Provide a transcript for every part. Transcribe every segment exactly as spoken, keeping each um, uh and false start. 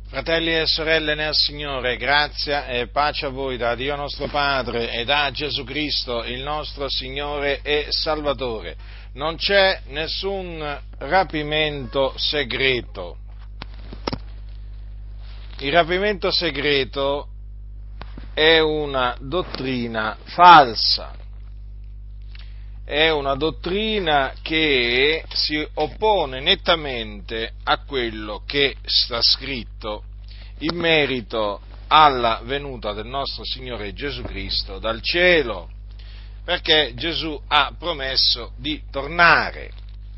Fratelli e sorelle nel Signore, grazia e pace a voi da Dio nostro Padre e da Gesù Cristo, il nostro Signore e Salvatore. Non c'è nessun rapimento segreto. Il rapimento segreto è una dottrina falsa. È una dottrina che si oppone nettamente a quello che sta scritto in merito alla venuta del nostro Signore Gesù Cristo dal cielo, perché Gesù ha promesso di tornare.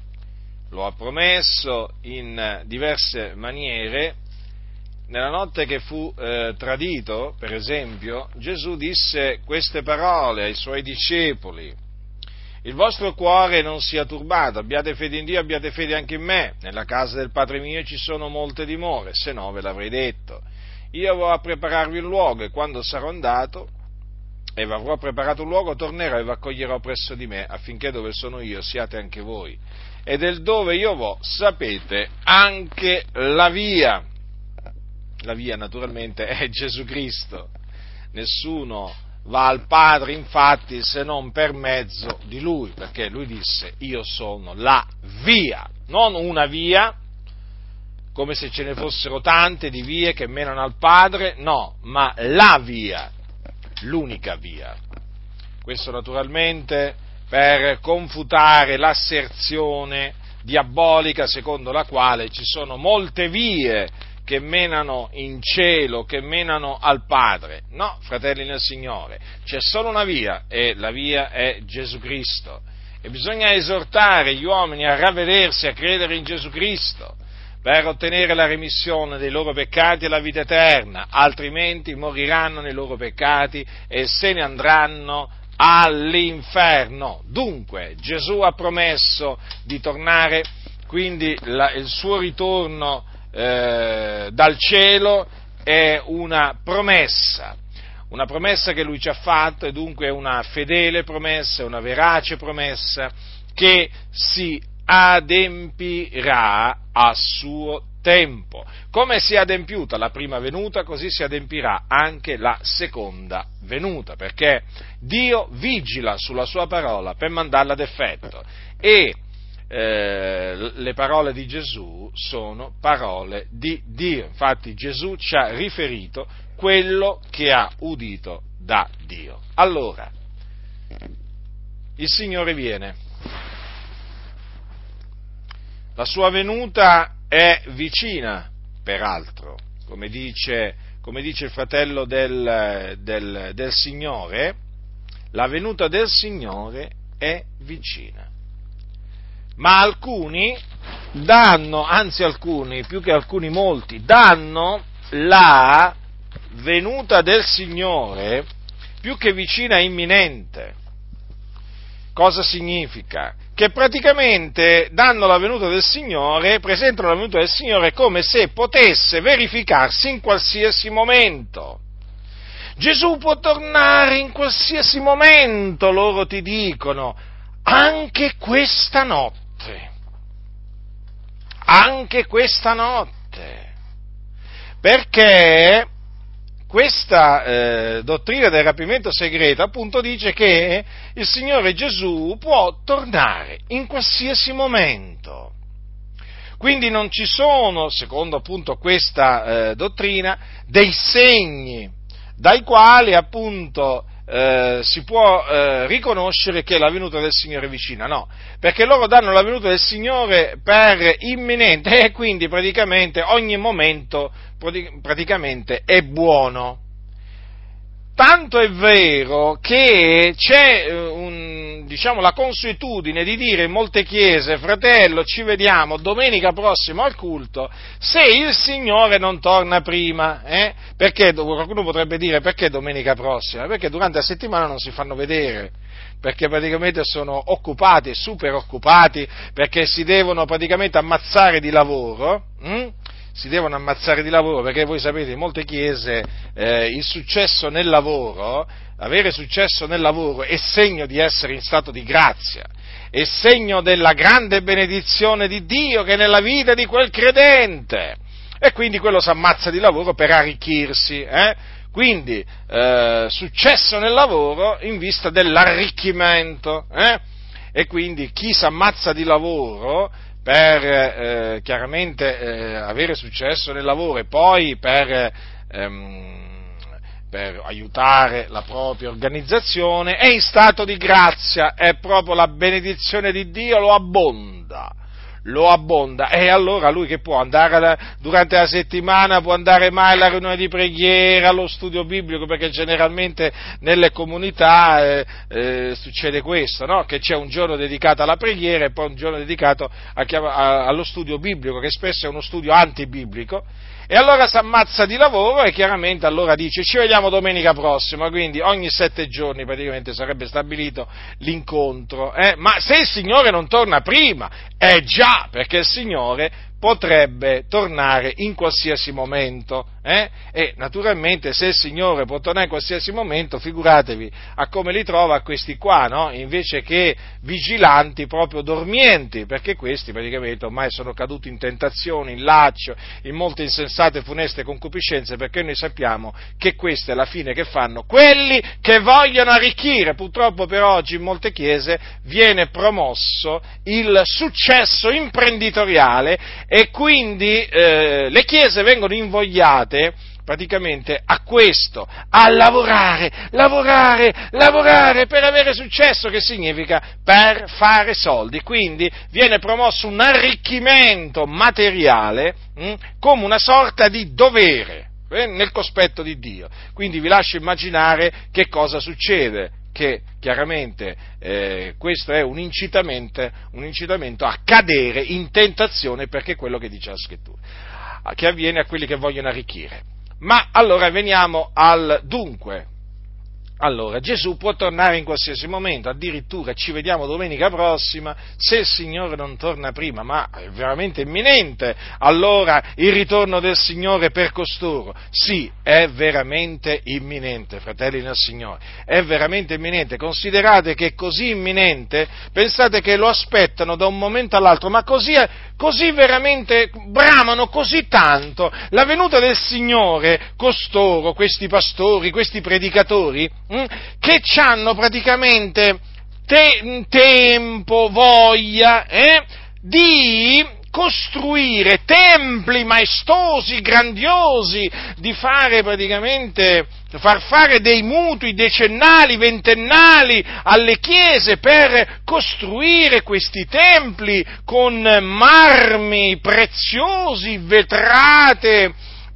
Lo ha promesso in diverse maniere. Nella notte che fu eh, tradito, per esempio, Gesù disse queste parole ai Suoi discepoli: il vostro cuore non sia turbato, abbiate fede in Dio, abbiate fede anche in me. Nella casa del Padre mio ci sono molte dimore, se no ve l'avrei detto. Io vado a prepararvi un luogo e quando sarò andato e vi avrò preparato un luogo, tornerò e vi accoglierò presso di me, affinché dove sono io siate anche voi. E del dove io vo sapete anche la via. La via naturalmente è Gesù Cristo. Nessuno va al Padre infatti se non per mezzo di Lui, perché Lui disse: io sono la via, non una via, come se ce ne fossero tante di vie che menano al Padre, no, ma la via, l'unica via. Questo naturalmente per confutare l'asserzione diabolica secondo la quale ci sono molte vie che menano in cielo, che menano al Padre. No, fratelli nel Signore, c'è solo una via e la via è Gesù Cristo. E bisogna esortare gli uomini a ravvedersi, a credere in Gesù Cristo per ottenere la remissione dei loro peccati e la vita eterna, altrimenti moriranno nei loro peccati e se ne andranno all'inferno. Dunque, Gesù ha promesso di tornare, quindi la, il suo ritorno Eh, dal cielo è una promessa, una promessa che Lui ci ha fatto e dunque è una fedele promessa, una verace promessa che si adempirà a suo tempo. Come si è adempiuta la prima venuta, così si adempirà anche la seconda venuta, perché Dio vigila sulla sua parola per mandarla ad effetto e Eh, le parole di Gesù sono parole di Dio. Infatti Gesù ci ha riferito quello che ha udito da Dio. Allora, il Signore viene. La sua venuta è vicina, peraltro, come dice, come dice il fratello del, del, del Signore, la venuta del Signore è vicina. Ma alcuni danno, anzi alcuni, più che alcuni molti, danno la venuta del Signore più che vicina e imminente. Cosa significa? Che praticamente danno la venuta del Signore, presentano la venuta del Signore come se potesse verificarsi in qualsiasi momento. Gesù può tornare in qualsiasi momento, loro ti dicono, anche questa notte. Anche questa notte, perché questa eh, dottrina del rapimento segreto appunto dice che il Signore Gesù può tornare in qualsiasi momento. Quindi non ci sono, secondo appunto questa eh, dottrina, dei segni dai quali appunto Eh, si può eh, riconoscere che la venuta del Signore è vicina, no, perché loro danno la venuta del Signore per imminente e quindi praticamente ogni momento praticamente è buono. Tanto è vero che c'è un, diciamo, la consuetudine di dire in molte chiese: fratello, ci vediamo domenica prossima al culto, se il Signore non torna prima, eh? Perché, qualcuno potrebbe dire, perché domenica prossima? Perché durante la settimana non si fanno vedere, perché praticamente sono occupati, super occupati, perché si devono praticamente ammazzare di lavoro, hm? si devono ammazzare di lavoro, perché voi sapete, in molte chiese eh, il successo nel lavoro, avere successo nel lavoro è segno di essere in stato di grazia, è segno della grande benedizione di Dio che è nella vita di quel credente. e quindi quello si ammazza di lavoro per arricchirsi, eh? Quindi eh, successo nel lavoro in vista dell'arricchimento, eh? E quindi chi si ammazza di lavoro per eh, chiaramente eh, avere successo nel lavoro e poi per, ehm, per aiutare la propria organizzazione è in stato di grazia, è proprio la benedizione di Dio, lo abbonda. Lo abbonda, e allora lui che può andare alla, durante la settimana, può andare mai alla riunione di preghiera, allo studio biblico, perché generalmente nelle comunità eh, eh, succede questo, no? Che c'è un giorno dedicato alla preghiera e poi un giorno dedicato a, a, allo studio biblico, che spesso è uno studio antibiblico. E allora si ammazza di lavoro e chiaramente allora dice ci vediamo domenica prossima, quindi ogni sette giorni praticamente sarebbe stabilito l'incontro, eh? Ma se il Signore non torna prima, eh già, perché il Signore potrebbe tornare in qualsiasi momento, eh? E naturalmente se il Signore può tornare in qualsiasi momento, figuratevi a come li trova questi qua, no? Invece che vigilanti, proprio dormienti, perché questi praticamente ormai sono caduti in tentazioni, in laccio, in molte insensate e funeste concupiscenze, perché noi sappiamo che questa è la fine che fanno quelli che vogliono arricchire. Purtroppo per oggi in molte chiese viene promosso il successo imprenditoriale e quindi eh, le chiese vengono invogliate praticamente a questo, a lavorare, lavorare, lavorare per avere successo, che significa per fare soldi. Quindi viene promosso un arricchimento materiale mh, come una sorta di dovere eh, nel cospetto di Dio. Quindi vi lascio immaginare che cosa succede, che chiaramente eh, questo è un incitamento, un incitamento a cadere in tentazione, perché è quello che dice la Scrittura, che avviene a quelli che vogliono arricchire. Ma allora veniamo al dunque. Allora, Gesù può tornare in qualsiasi momento, addirittura ci vediamo domenica prossima, se il Signore non torna prima, ma è veramente imminente allora il ritorno del Signore per costoro. Sì, è veramente imminente, fratelli nel Signore, è veramente imminente. Considerate che è così imminente, pensate che lo aspettano da un momento all'altro, ma così, così veramente bramano così tanto la venuta del Signore, costoro, questi pastori, questi predicatori, che hanno praticamente te- tempo, voglia eh, di costruire templi maestosi, grandiosi, di fare praticamente, far fare dei mutui decennali, ventennali alle chiese per costruire questi templi con marmi preziosi, vetrate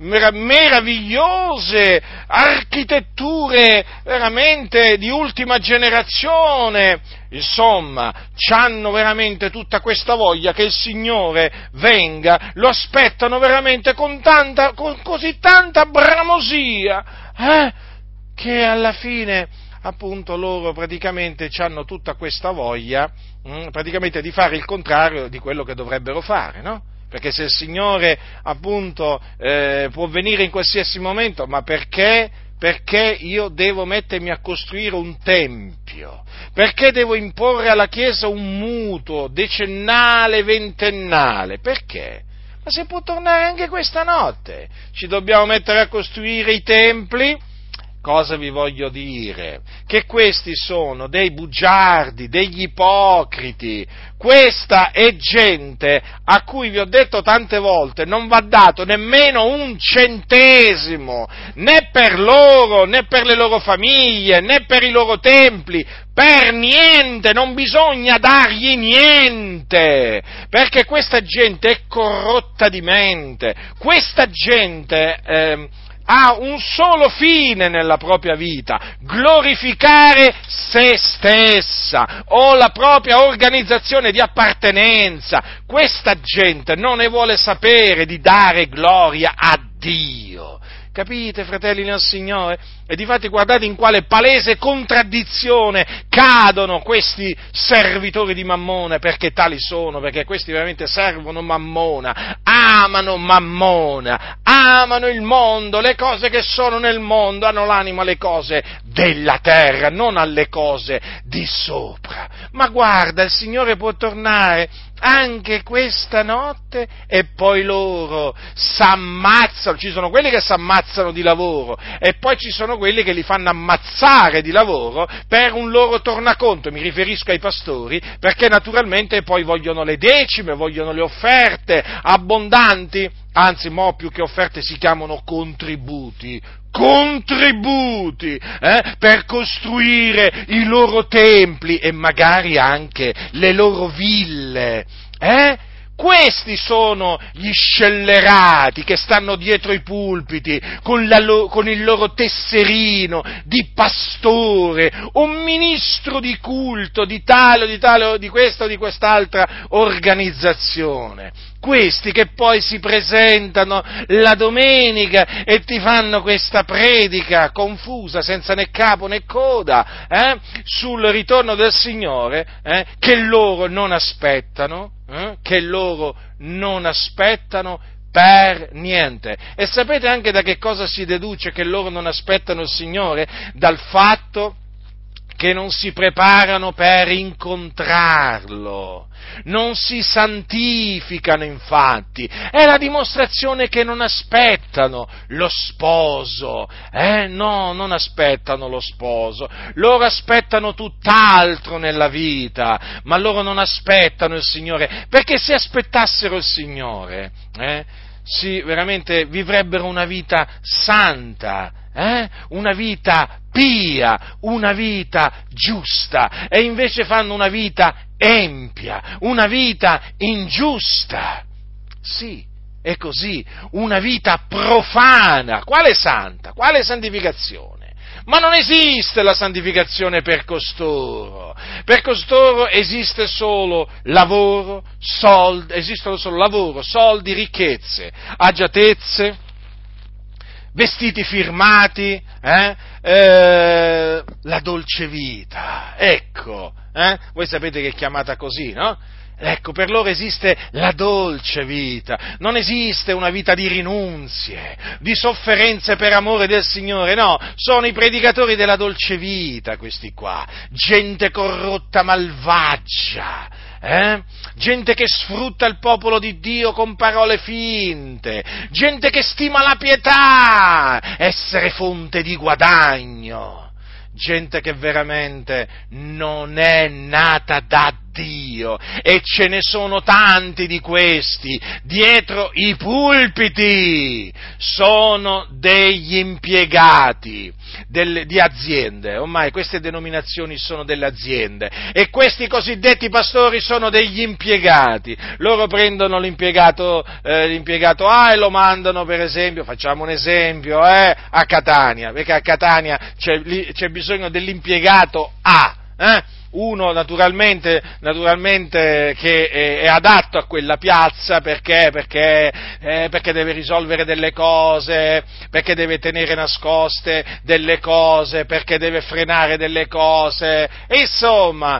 meravigliose, architetture veramente di ultima generazione. Insomma, c'hanno veramente tutta questa voglia che il Signore venga, lo aspettano veramente con tanta, con così tanta bramosia, eh, che alla fine appunto loro praticamente hanno tutta questa voglia mh, praticamente di fare il contrario di quello che dovrebbero fare, no? Perché se il Signore, appunto, eh, può venire in qualsiasi momento, ma perché? Perché io devo mettermi a costruire un tempio? Perché devo imporre alla Chiesa un mutuo decennale, ventennale? Perché? Ma se può tornare anche questa notte, ci dobbiamo mettere a costruire i templi? Cosa vi voglio dire? Che questi sono dei bugiardi, degli ipocriti. Questa è gente a cui vi ho detto tante volte non va dato nemmeno un centesimo, né per loro, né per le loro famiglie, né per i loro templi, per niente, non bisogna dargli niente, perché questa gente è corrotta di mente, questa gente eh, ha un solo fine nella propria vita: glorificare se stessa o la propria organizzazione di appartenenza. Questa gente non ne vuole sapere di dare gloria a Dio. Capite, fratelli nel Signore? E difatti guardate in quale palese contraddizione cadono questi servitori di Mammona, perché tali sono, perché questi veramente servono Mammona, amano Mammona, amano il mondo, le cose che sono nel mondo, hanno l'animo alle cose della terra, non alle cose di sopra. Ma guarda, il Signore può tornare anche questa notte, e poi loro s'ammazzano, ci sono quelli che s'ammazzano di lavoro, e poi ci sono quelli che li fanno ammazzare di lavoro per un loro tornaconto, mi riferisco ai pastori, perché naturalmente poi vogliono le decime, vogliono le offerte abbondanti, anzi, mo' più che offerte si chiamano contributi, contributi, eh, per costruire i loro templi e magari anche le loro ville, eh? Questi sono gli scellerati che stanno dietro i pulpiti con, la lo, con il loro tesserino di pastore, un ministro di culto di tale o di tale o di questa o di quest'altra organizzazione. Questi che poi si presentano la domenica e ti fanno questa predica confusa, senza né capo né coda, eh, sul ritorno del Signore, eh, che loro non aspettano, eh, che loro non aspettano per niente. E sapete anche da che cosa si deduce che loro non aspettano il Signore? Dal fatto che non si preparano per incontrarlo, non si santificano infatti, è la dimostrazione che non aspettano lo sposo, eh? No, non aspettano lo sposo, loro aspettano tutt'altro nella vita, ma loro non aspettano il Signore, perché se aspettassero il Signore, eh, sì, veramente vivrebbero una vita santa, eh? Una vita pia, una vita giusta, e invece fanno una vita empia, una vita ingiusta. Sì, è così, una vita profana. Quale santa? Quale santificazione? Ma non esiste la santificazione per costoro. Per costoro esiste solo lavoro, soldi, esistono solo lavoro, soldi, ricchezze, agiatezze, vestiti firmati, eh? Eh, la dolce vita, ecco, eh? Voi sapete che è chiamata così, no? Ecco, per loro esiste la dolce vita, non esiste una vita di rinunzie, di sofferenze per amore del Signore, no, sono i predicatori della dolce vita questi qua, gente corrotta, malvagia, eh? Gente che sfrutta il popolo di Dio con parole finte, gente che stima la pietà essere fonte di guadagno, gente che veramente non è nata da Dio, e ce ne sono tanti di questi dietro i pulpiti, sono degli impiegati delle, di aziende, ormai queste denominazioni sono delle aziende, e questi cosiddetti pastori sono degli impiegati, loro prendono l'impiegato, eh, l'impiegato A e lo mandano, per esempio, facciamo un esempio, eh, a Catania, perché a Catania c'è, c'è bisogno dell'impiegato A, eh? Uno naturalmente, naturalmente che è, è adatto a quella piazza perché, perché, eh, perché deve risolvere delle cose, perché deve tenere nascoste delle cose, perché deve frenare delle cose, e insomma,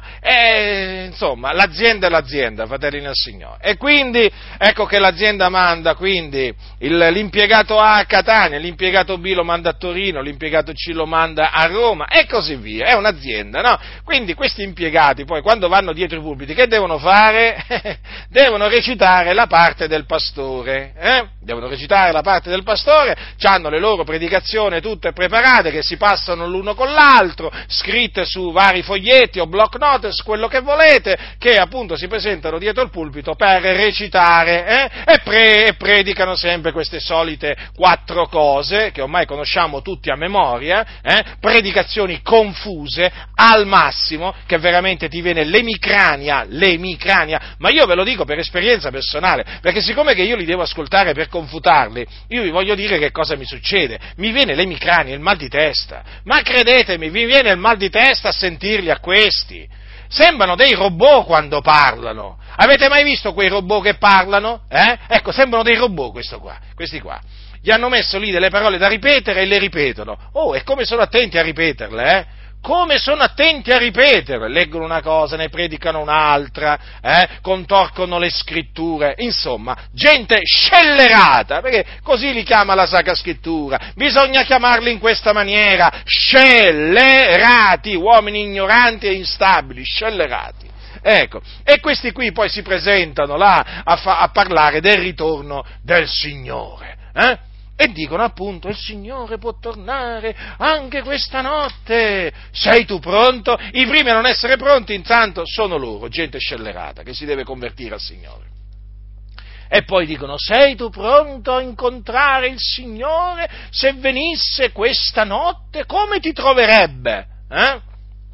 eh, insomma, l'azienda è l'azienda, fratelli nel Signore. E quindi, ecco che l'azienda manda quindi il, l'impiegato A a Catania, l'impiegato B lo manda a Torino, l'impiegato C lo manda a Roma, e così via, è un'azienda, no? Quindi questi impiegati poi quando vanno dietro i pulpiti che devono fare? Devono recitare la parte del pastore, eh? Devono recitare la parte del pastore, hanno le loro predicazioni tutte preparate che si passano l'uno con l'altro, scritte su vari foglietti o block notice, quello che volete, che appunto si presentano dietro il pulpito per recitare, eh? e, pre- e predicano sempre queste solite quattro cose che ormai conosciamo tutti a memoria, eh? Predicazioni confuse al massimo, che veramente ti viene l'emicrania, l'emicrania, ma io ve lo dico per esperienza personale, perché siccome che io li devo ascoltare per confutarli, io vi voglio dire che cosa mi succede, mi viene l'emicrania, il mal di testa, ma credetemi, mi viene il mal di testa a sentirli a questi, sembrano dei robot quando parlano, avete mai visto quei robot che parlano? Eh? Ecco, sembrano dei robot questo qua, questi qua. Gli hanno messo lì delle parole da ripetere e le ripetono, oh, e come sono attenti a ripeterle, eh? Come sono attenti a ripetere, leggono una cosa, ne predicano un'altra, eh? Contorcono le scritture, insomma, gente scellerata, perché così li chiama la Sacra Scrittura, bisogna chiamarli in questa maniera, scellerati, uomini ignoranti e instabili, scellerati. Ecco, e questi qui poi si presentano là a, fa, a parlare del ritorno del Signore, eh? E dicono appunto, il Signore può tornare anche questa notte, sei tu pronto? I primi a non essere pronti intanto sono loro, gente scellerata che si deve convertire al Signore. E poi dicono, sei tu pronto a incontrare il Signore? Se venisse questa notte, come ti troverebbe? Eh?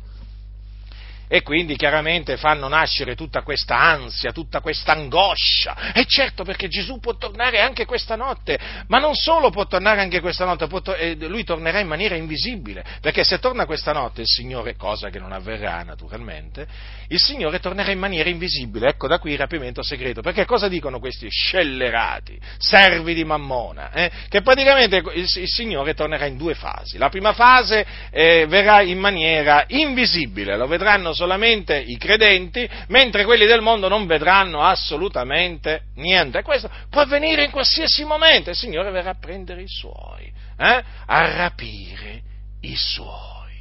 E quindi chiaramente fanno nascere tutta questa ansia, tutta questa angoscia. E certo, perché Gesù può tornare anche questa notte, ma non solo può tornare anche questa notte, può to- eh, lui tornerà in maniera invisibile, perché se torna questa notte il Signore, cosa che non avverrà naturalmente, il Signore tornerà in maniera invisibile. Ecco da qui il rapimento segreto, perché cosa dicono questi scellerati, servi di Mammona? Eh? Che praticamente il, il Signore tornerà in due fasi. La prima fase eh, verrà in maniera invisibile, lo vedranno solamente i credenti, mentre quelli del mondo non vedranno assolutamente niente. E questo può avvenire in qualsiasi momento, il Signore verrà a prendere i suoi, eh? a rapire i suoi.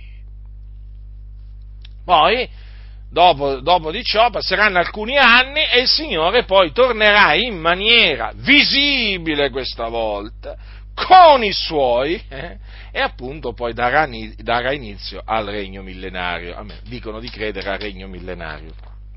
Poi, dopo, dopo di ciò, passeranno alcuni anni e il Signore poi tornerà in maniera visibile questa volta, con i suoi, eh, e appunto poi darà, darà inizio al regno millenario. A me dicono di credere al regno millenario.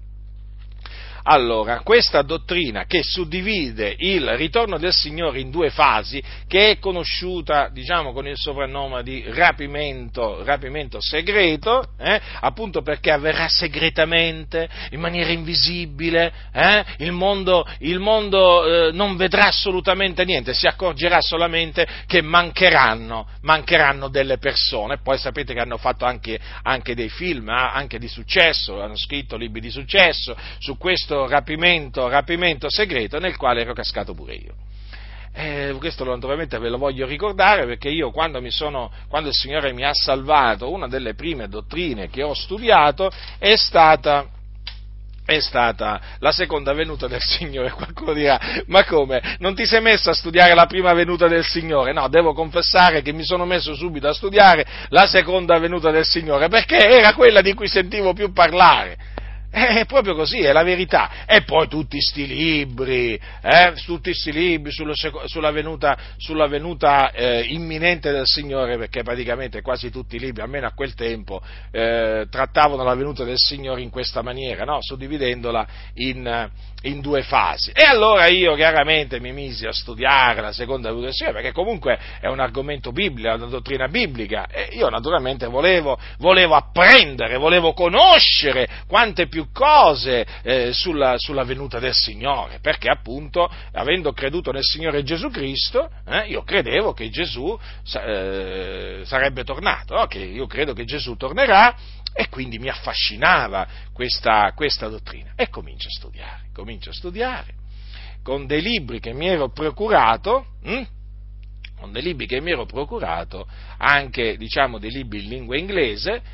Allora, questa dottrina che suddivide il ritorno del Signore in due fasi, che è conosciuta, diciamo, con il soprannome di rapimento, rapimento segreto, eh, appunto perché avverrà segretamente, in maniera invisibile, eh, il mondo, il mondo eh, non vedrà assolutamente niente, si accorgerà solamente che mancheranno, mancheranno delle persone. Poi sapete che hanno fatto anche, anche dei film, eh, anche di successo, hanno scritto libri di successo su questo rapimento, rapimento segreto nel quale ero cascato pure io. Eh, questo naturalmente ve lo voglio ricordare perché io quando mi sono, quando il Signore mi ha salvato, una delle prime dottrine che ho studiato è stata è stata la seconda venuta del Signore. Qualcuno dirà, ma come? Non ti sei messo a studiare la prima venuta del Signore? No, devo confessare che mi sono messo subito a studiare la seconda venuta del Signore perché era quella di cui sentivo più parlare. È proprio così, è la verità. E poi tutti sti libri, eh, tutti sti libri sulla, sulla venuta, sulla venuta eh, imminente del Signore, perché praticamente quasi tutti i libri, almeno a quel tempo, eh, trattavano la venuta del Signore in questa maniera, no? Suddividendola in, in due fasi. E allora io chiaramente mi misi a studiare la seconda venuta del Signore, perché comunque è un argomento biblico, è una dottrina biblica, e io naturalmente volevo, volevo apprendere, volevo conoscere quante più cose eh, sulla, sulla venuta del Signore, perché appunto, avendo creduto nel Signore Gesù Cristo, eh, io credevo che Gesù eh, sarebbe tornato, no? Che io credo che Gesù tornerà, e quindi mi affascinava questa, questa dottrina, e comincio a studiare, comincio a studiare, con dei libri che mi ero procurato, hm? con dei libri che mi ero procurato, anche, diciamo, dei libri in lingua inglese,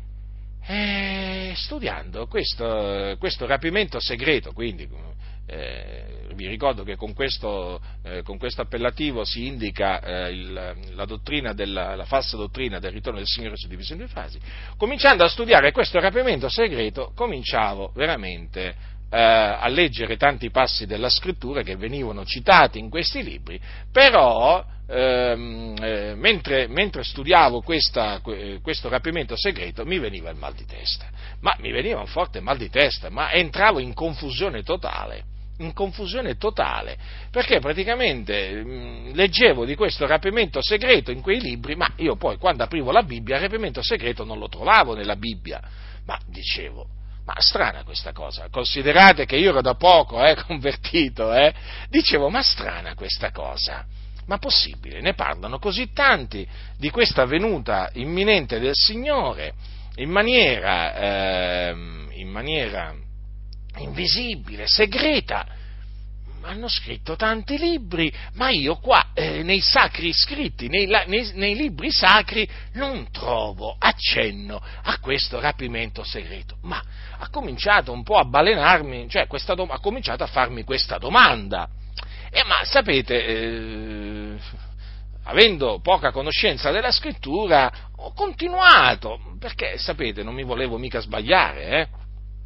Eh, studiando questo, questo rapimento segreto. Quindi eh, vi ricordo che con questo, eh, con questo appellativo si indica eh, il, la dottrina della, la falsa dottrina del ritorno del Signore suddiviso in due fasi. Cominciando a studiare questo rapimento segreto, cominciavo veramente eh, a leggere tanti passi della Scrittura che venivano citati in questi libri, però Ehm, eh, mentre, mentre studiavo questa, questo rapimento segreto mi veniva il mal di testa, ma mi veniva un forte mal di testa, ma entravo in confusione totale, in confusione totale, perché praticamente mh, leggevo di questo rapimento segreto in quei libri, ma io poi quando aprivo la Bibbia il rapimento segreto non lo trovavo nella Bibbia, ma dicevo, ma strana questa cosa, considerate che io ero da poco eh, convertito, eh, dicevo, ma strana questa cosa. Ma possibile? Ne parlano così tanti di questa venuta imminente del Signore in maniera, eh, in maniera invisibile, segreta. Hanno scritto tanti libri, ma io qua eh, nei sacri scritti, nei, nei, nei libri sacri, non trovo accenno a questo rapimento segreto. Ma ha cominciato un po' a balenarmi, cioè questa, ha cominciato a farmi questa domanda. Eh, ma sapete, eh, avendo poca conoscenza della Scrittura, ho continuato, perché sapete, non mi volevo mica sbagliare, eh?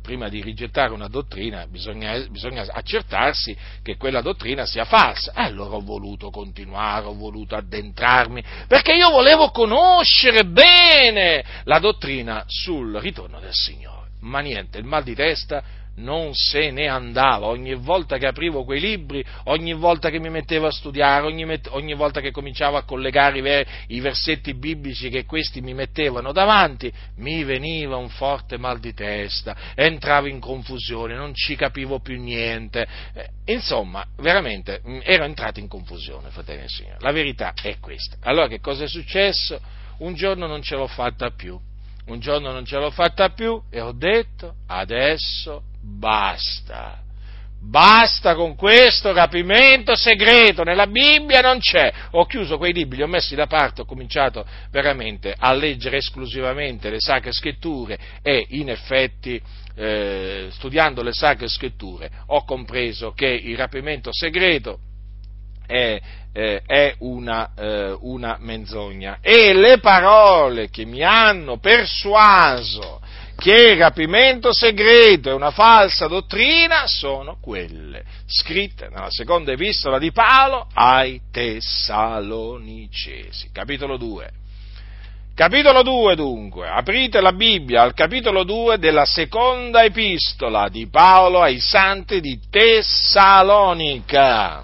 prima di rigettare una dottrina bisogna, bisogna accertarsi che quella dottrina sia falsa. E allora ho voluto continuare, ho voluto addentrarmi, perché io volevo conoscere bene la dottrina sul ritorno del Signore. Ma niente, il mal di testa non se ne andava. Ogni volta che aprivo quei libri, ogni volta che mi mettevo a studiare, ogni, met- ogni volta che cominciavo a collegare i, ver- i versetti biblici che questi mi mettevano davanti, mi veniva un forte mal di testa, entravo in confusione, non ci capivo più niente. Eh, insomma, veramente mh, ero entrato in confusione, fratelli e signori. La verità è questa. Allora che cosa è successo? Un giorno non ce l'ho fatta più. Un giorno non ce l'ho fatta più e ho detto, adesso basta, basta con questo rapimento segreto, nella Bibbia non c'è. Ho chiuso quei libri, li ho messi da parte, ho cominciato veramente a leggere esclusivamente le Sacre Scritture e in effetti, eh, studiando le Sacre Scritture, ho compreso che il rapimento segreto È, eh, è una, eh, una menzogna, e le parole che mi hanno persuaso che il rapimento segreto è una falsa dottrina sono quelle scritte nella seconda epistola di Paolo ai Tessalonicesi, capitolo due. Capitolo due dunque, aprite la Bibbia al capitolo due della seconda epistola di Paolo ai santi di Tessalonica.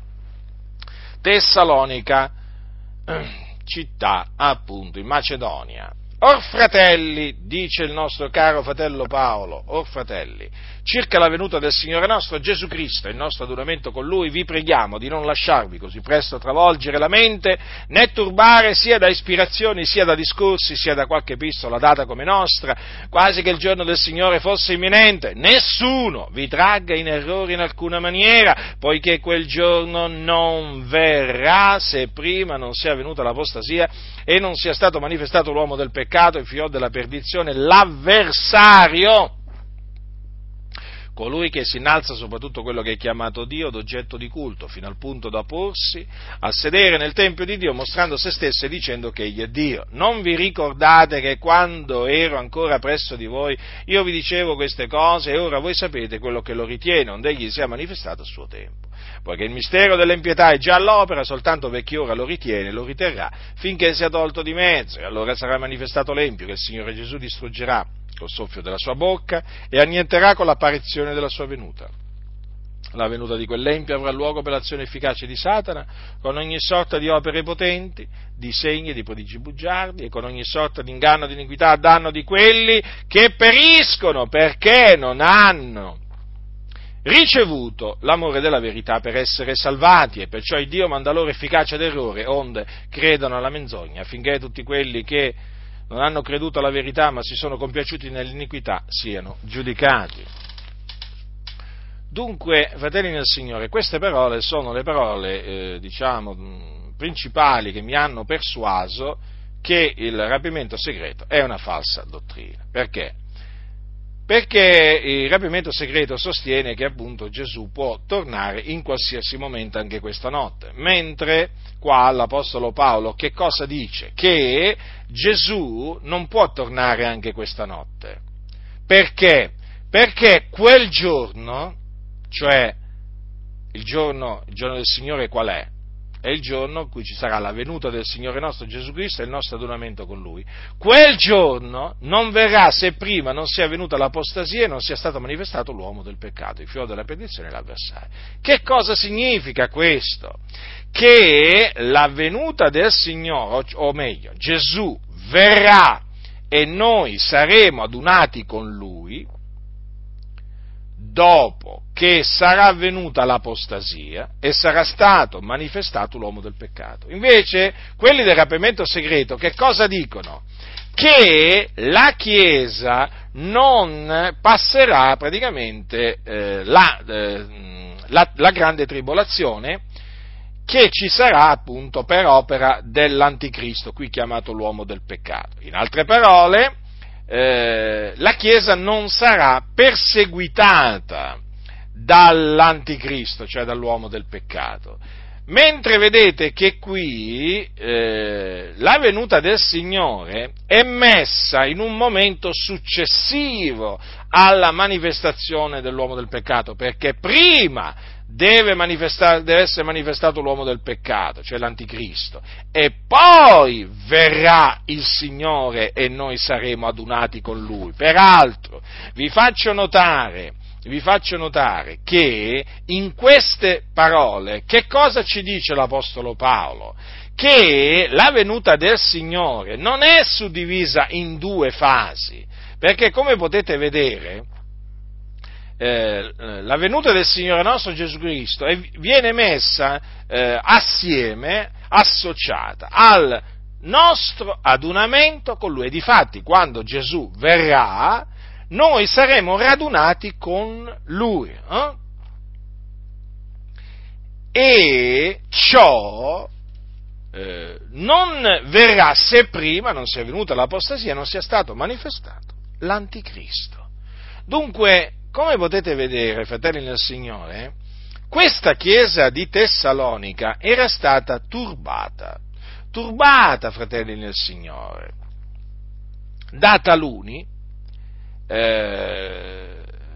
Tessalonica, città appunto in Macedonia. Or fratelli, dice il nostro caro fratello Paolo, or fratelli, circa la venuta del Signore nostro Gesù Cristo e il nostro adoramento con Lui, vi preghiamo di non lasciarvi così presto travolgere la mente, né turbare sia da ispirazioni, sia da discorsi, sia da qualche epistola data come nostra, quasi che il giorno del Signore fosse imminente. Nessuno vi tragga in errore in alcuna maniera, poiché quel giorno non verrà se prima non sia venuta l'apostasia e non sia stato manifestato l'uomo del peccato, il figlio della perdizione, l'avversario, colui che si innalza sopra tutto quello che è chiamato Dio d'oggetto di culto, fino al punto da porsi a sedere nel tempio di Dio, mostrando se stesso e dicendo che egli è Dio. Non vi ricordate che quando ero ancora presso di voi io vi dicevo queste cose, e ora voi sapete quello che lo ritiene, onde egli sia manifestato a suo tempo. Poiché il mistero dell'impietà è già all'opera, soltanto per chi ora lo ritiene, lo riterrà, finché sia tolto di mezzo, e allora sarà manifestato l'empio, che il Signore Gesù distruggerà col soffio della sua bocca e annienterà con l'apparizione della sua venuta. La venuta di quell'empio avrà luogo per l'azione efficace di Satana, con ogni sorta di opere potenti, di segni e di prodigi bugiardi, e con ogni sorta di inganno e di iniquità a danno di quelli che periscono, perché non hanno ricevuto l'amore della verità per essere salvati, e perciò il Dio manda loro efficacia d'errore, onde credono alla menzogna, affinché tutti quelli che non hanno creduto alla verità ma si sono compiaciuti nell'iniquità siano giudicati. Dunque, fratelli nel Signore, queste parole sono le parole, eh, diciamo, principali che mi hanno persuaso che il rapimento segreto è una falsa dottrina. Perché? Perché il rapimento segreto sostiene che appunto Gesù può tornare in qualsiasi momento, anche questa notte, mentre qua l'Apostolo Paolo che cosa dice? Che Gesù non può tornare anche questa notte. Perché? Perché quel giorno, cioè il giorno, il giorno del Signore qual è? È il giorno in cui ci sarà la venuta del Signore nostro Gesù Cristo e il nostro adoramento con Lui. Quel giorno non verrà se prima non sia venuta l'apostasia e non sia stato manifestato l'uomo del peccato, il figlio della perdizione e l'avversario. Che cosa significa questo? Che la venuta del Signore, o meglio, Gesù verrà e noi saremo adunati con Lui dopo che sarà avvenuta l'apostasia e sarà stato manifestato l'uomo del peccato. Invece, quelli del rapimento segreto che cosa dicono? Che la Chiesa non passerà praticamente eh, la, eh, la, la grande tribolazione che ci sarà appunto per opera dell'anticristo, qui chiamato l'uomo del peccato. In altre parole, Eh, la Chiesa non sarà perseguitata dall'anticristo, cioè dall'uomo del peccato, Mentre vedete che qui eh, la venuta del Signore è messa in un momento successivo alla manifestazione dell'uomo del peccato, perché prima deve, deve essere manifestato l'uomo del peccato, cioè l'anticristo, e poi verrà il Signore e noi saremo adunati con Lui. Peraltro, vi faccio notare Vi faccio notare che in queste parole che cosa ci dice l'Apostolo Paolo? Che la venuta del Signore non è suddivisa in due fasi, perché come potete vedere eh, la venuta del Signore nostro Gesù Cristo è, viene messa eh, assieme, associata al nostro adunamento con Lui. E difatti quando Gesù verrà, noi saremo radunati con Lui. Eh? E ciò eh, non verrà se prima non sia venuta l'apostasia, non sia stato manifestato l'anticristo. Dunque, come potete vedere, fratelli nel Signore, questa chiesa di Tessalonica era stata turbata, turbata, fratelli nel Signore, da taluni Eh,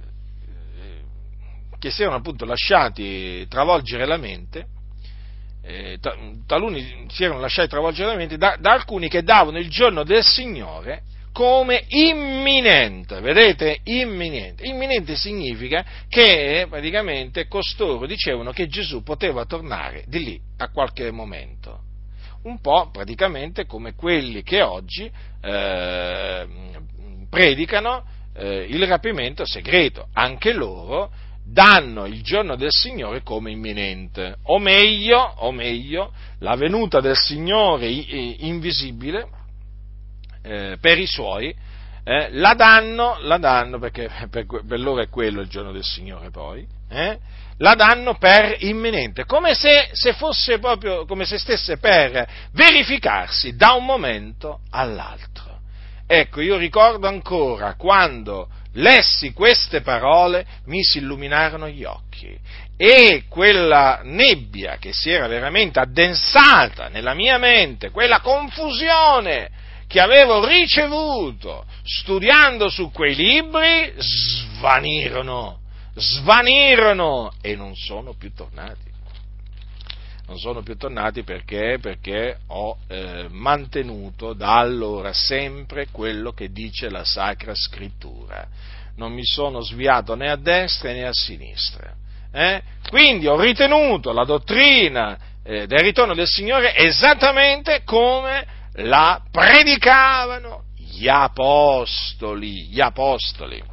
che si erano appunto lasciati travolgere la mente, eh, taluni si erano lasciati travolgere la mente da, da alcuni che davano il giorno del Signore come imminente, vedete? Imminente. Imminente significa che praticamente costoro dicevano che Gesù poteva tornare di lì a qualche momento. Un po' praticamente come quelli che oggi eh, predicano Eh, il rapimento segreto, anche loro danno il giorno del Signore come imminente, o meglio, o meglio la venuta del Signore invisibile eh, per i suoi, eh, la danno, la danno perché per, per loro è quello il giorno del Signore poi, eh, la danno per imminente, come se, se fosse proprio, come se stesse per verificarsi da un momento all'altro. Ecco, io ricordo ancora quando lessi queste parole mi si illuminarono gli occhi e quella nebbia che si era veramente addensata nella mia mente, quella confusione che avevo ricevuto studiando su quei libri, svanirono, svanirono e non sono più tornati. Non sono più tornati perché? Perché ho eh, mantenuto da allora sempre quello che dice la Sacra Scrittura. Non mi sono sviato né a destra né a sinistra. Eh? Quindi ho ritenuto la dottrina eh, del ritorno del Signore esattamente come la predicavano gli apostoli, gli apostoli.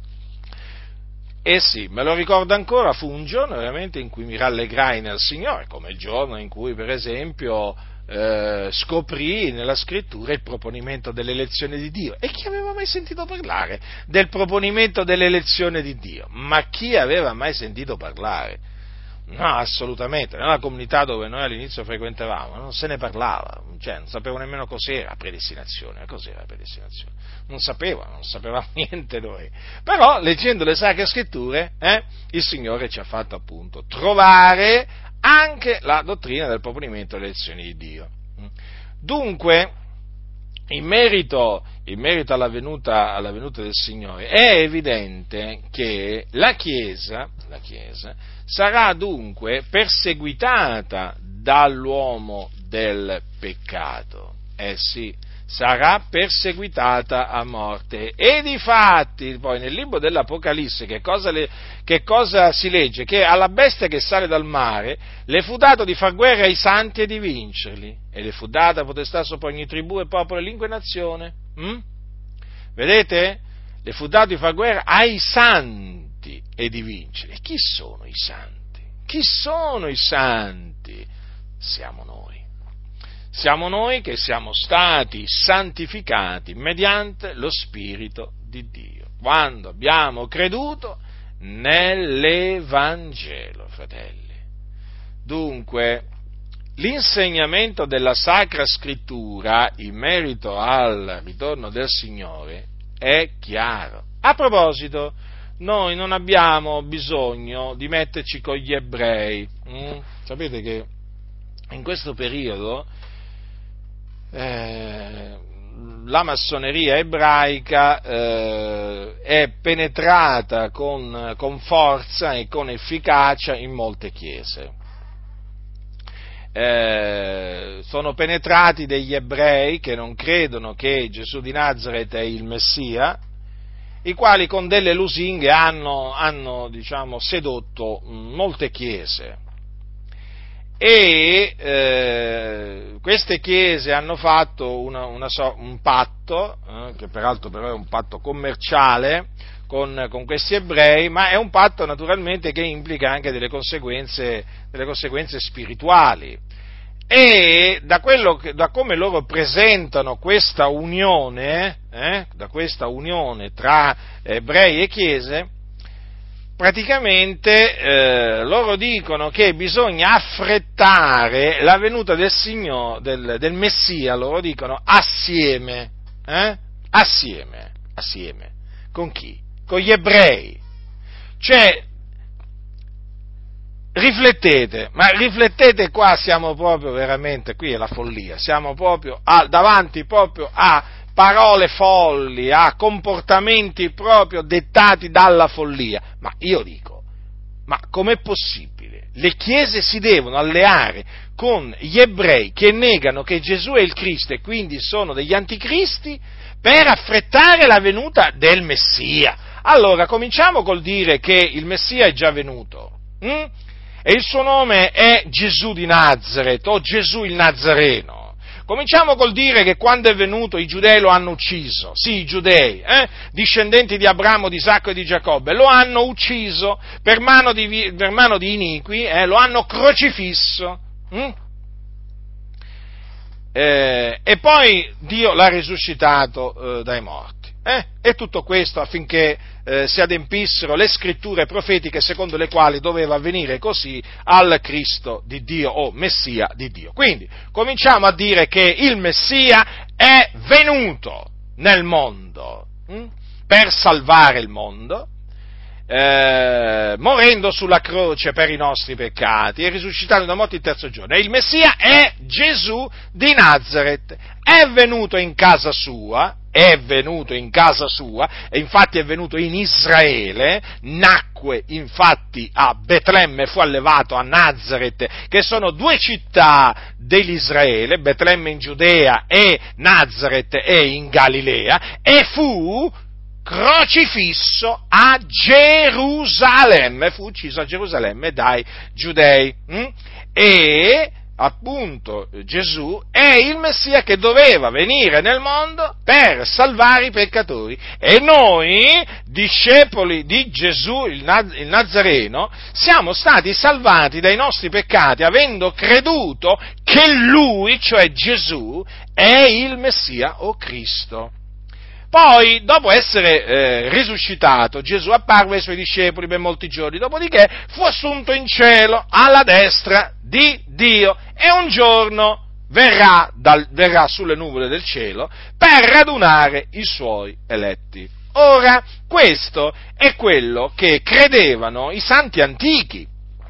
E sì, me lo ricordo ancora, fu un giorno veramente in cui mi rallegrai nel Signore, come il giorno in cui, per esempio, eh, scoprì nella Scrittura il proponimento dell'elezione di Dio. E chi aveva mai sentito parlare del proponimento dell'elezione di Dio? Ma chi aveva mai sentito parlare? No, assolutamente, nella comunità dove noi all'inizio frequentavamo non se ne parlava, cioè non sapevo nemmeno cos'era la predestinazione, cos'era la predestinazione, non sapevano, non sapevamo niente noi, però leggendo le Sacre Scritture eh, il Signore ci ha fatto appunto trovare anche la dottrina del proponimento delle elezioni di Dio. Dunque, in merito, in merito alla venuta, alla venuta del Signore, è evidente che la Chiesa, la Chiesa sarà dunque perseguitata dall'uomo del peccato. Eh sì, sarà perseguitata a morte. E difatti, poi nel libro dell'Apocalisse, che cosa, le, che cosa si legge? Che alla bestia che sale dal mare le fu dato di far guerra ai santi e di vincerli. E le fu data potestà sopra ogni tribù e popolo, lingua e nazione. Hm? Vedete? Le fu dato di far guerra ai santi e di vincere. E chi sono i santi? Chi sono i santi? Siamo noi. Siamo noi che siamo stati santificati mediante lo Spirito di Dio, quando abbiamo creduto nell'Evangelo, fratelli. Dunque, l'insegnamento della Sacra Scrittura in merito al ritorno del Signore è chiaro. A proposito, noi non abbiamo bisogno di metterci con gli ebrei. Mm? Sapete che in questo periodo eh, la massoneria ebraica eh, è penetrata con, con forza e con efficacia in molte chiese. Eh, sono penetrati degli ebrei che non credono che Gesù di Nazaret è il Messia, i quali con delle lusinghe hanno, hanno diciamo, sedotto molte chiese. E eh, queste chiese hanno fatto una, una so, un patto, eh, che peraltro però è un patto commerciale, con, con questi ebrei, ma è un patto naturalmente che implica anche delle conseguenze, delle conseguenze spirituali. E da, quello che, da come loro presentano questa unione, eh, da questa unione tra ebrei e chiese, praticamente eh, loro dicono che bisogna affrettare la venuta del Signore, del, del Messia, loro dicono assieme, eh? assieme, assieme, con chi? Con gli ebrei. Cioè, riflettete, ma riflettete, qua siamo proprio veramente, qui è la follia, siamo proprio a, davanti proprio a parole folli, a comportamenti proprio dettati dalla follia. Ma io dico, ma com'è possibile? Le chiese si devono alleare con gli ebrei che negano che Gesù è il Cristo e quindi sono degli anticristi per affrettare la venuta del Messia. Allora, cominciamo col dire che il Messia è già venuto, hm? E il suo nome è Gesù di Nazaret, o Gesù il Nazareno. Cominciamo col dire che quando è venuto i giudei lo hanno ucciso, sì, i giudei, eh? discendenti di Abramo, di Isacco e di Giacobbe, lo hanno ucciso per mano di, per mano di iniqui, eh? lo hanno crocifisso, hm? eh, e poi Dio l'ha risuscitato eh, dai morti. Eh? E tutto questo affinché eh, si adempissero le scritture profetiche secondo le quali doveva avvenire così al Cristo di Dio o Messia di Dio. Quindi cominciamo a dire che il Messia è venuto nel mondo hm? per salvare il mondo, eh, morendo sulla croce per i nostri peccati e risuscitando da morti il terzo giorno. E il Messia è Gesù di Nazaret, è venuto in casa sua, è venuto in casa sua, e infatti è venuto in Israele, nacque infatti a Betlemme, fu allevato a Nazaret, che sono due città dell'Israele, Betlemme in Giudea e Nazaret è in Galilea, e fu crocifisso a Gerusalemme, fu ucciso a Gerusalemme dai giudei, hm? e appunto Gesù è il Messia che doveva venire nel mondo per salvare i peccatori, e noi, discepoli di Gesù il, Naz- il Nazareno, siamo stati salvati dai nostri peccati avendo creduto che Lui, cioè Gesù, è il Messia o Cristo. Poi, dopo essere eh, risuscitato, Gesù apparve ai suoi discepoli per molti giorni, dopodiché fu assunto in cielo alla destra di Dio, e un giorno verrà, dal, verrà sulle nuvole del cielo per radunare i suoi eletti. Ora, questo è quello che credevano i santi antichi.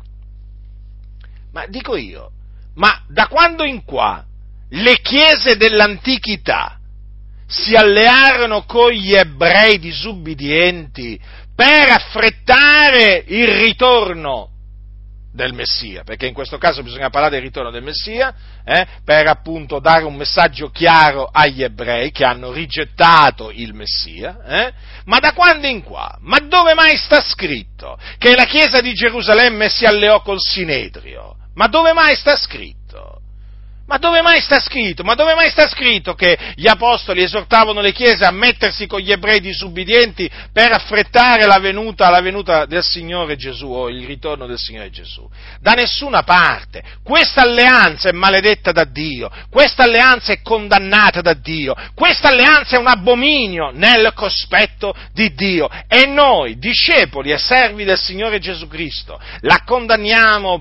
Ma dico io, ma da quando in qua le chiese dell'antichità si allearono con gli ebrei disubbidienti per affrettare il ritorno del Messia, perché in questo caso bisogna parlare del ritorno del Messia, eh, per appunto dare un messaggio chiaro agli ebrei che hanno rigettato il Messia, eh? Ma da quando in qua? Ma dove mai sta scritto che la Chiesa di Gerusalemme si alleò col Sinedrio? Ma dove mai sta scritto? Ma dove mai sta scritto? Ma dove mai sta scritto che gli apostoli esortavano le chiese a mettersi con gli ebrei disubbidienti per affrettare la venuta, la venuta del Signore Gesù o il ritorno del Signore Gesù? Da nessuna parte. Questa alleanza è maledetta da Dio, questa alleanza è condannata da Dio, questa alleanza è un abominio nel cospetto di Dio, e noi, discepoli e servi del Signore Gesù Cristo, la condanniamo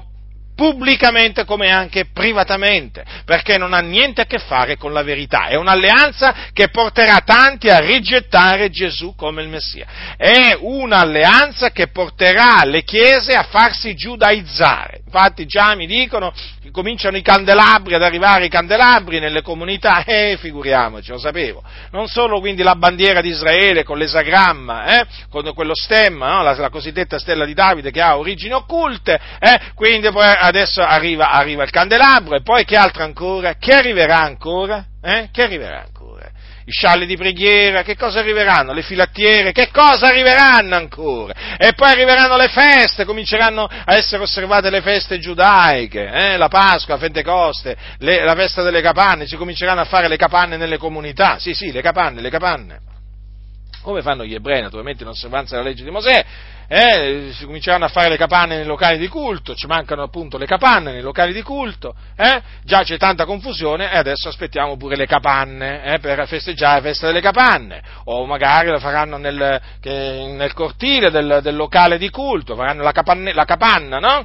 pubblicamente come anche privatamente, perché non ha niente a che fare con la verità, è un'alleanza che porterà tanti a rigettare Gesù come il Messia, è un'alleanza che porterà le chiese a farsi giudaizzare. Infatti già mi dicono che cominciano i candelabri, ad arrivare i candelabri nelle comunità, e eh, figuriamoci, lo sapevo, non solo quindi la bandiera di Israele con l'esagramma, eh, con quello stemma, no? la, la cosiddetta stella di Davide che ha origini occulte, eh, quindi poi adesso arriva, arriva il candelabro, e poi che altro ancora? Che arriverà ancora? Eh? Che arriverà ancora? I scialli di preghiera, che cosa arriveranno? Le filattiere, che cosa arriveranno ancora? E poi arriveranno le feste, cominceranno a essere osservate le feste giudaiche, eh? La Pasqua, la Pentecoste, le, la festa delle capanne, si cominceranno a fare le capanne nelle comunità, sì sì, le capanne, le capanne. Come fanno gli ebrei, naturalmente in osservanza della legge di Mosè, eh, si cominceranno a fare le capanne nei locali di culto, ci mancano appunto le capanne nei locali di culto, eh? Già c'è tanta confusione e adesso aspettiamo pure le capanne, eh, per festeggiare la festa delle capanne, o magari la faranno nel, che, nel cortile del, del locale di culto, faranno la, capanne, la capanna, no?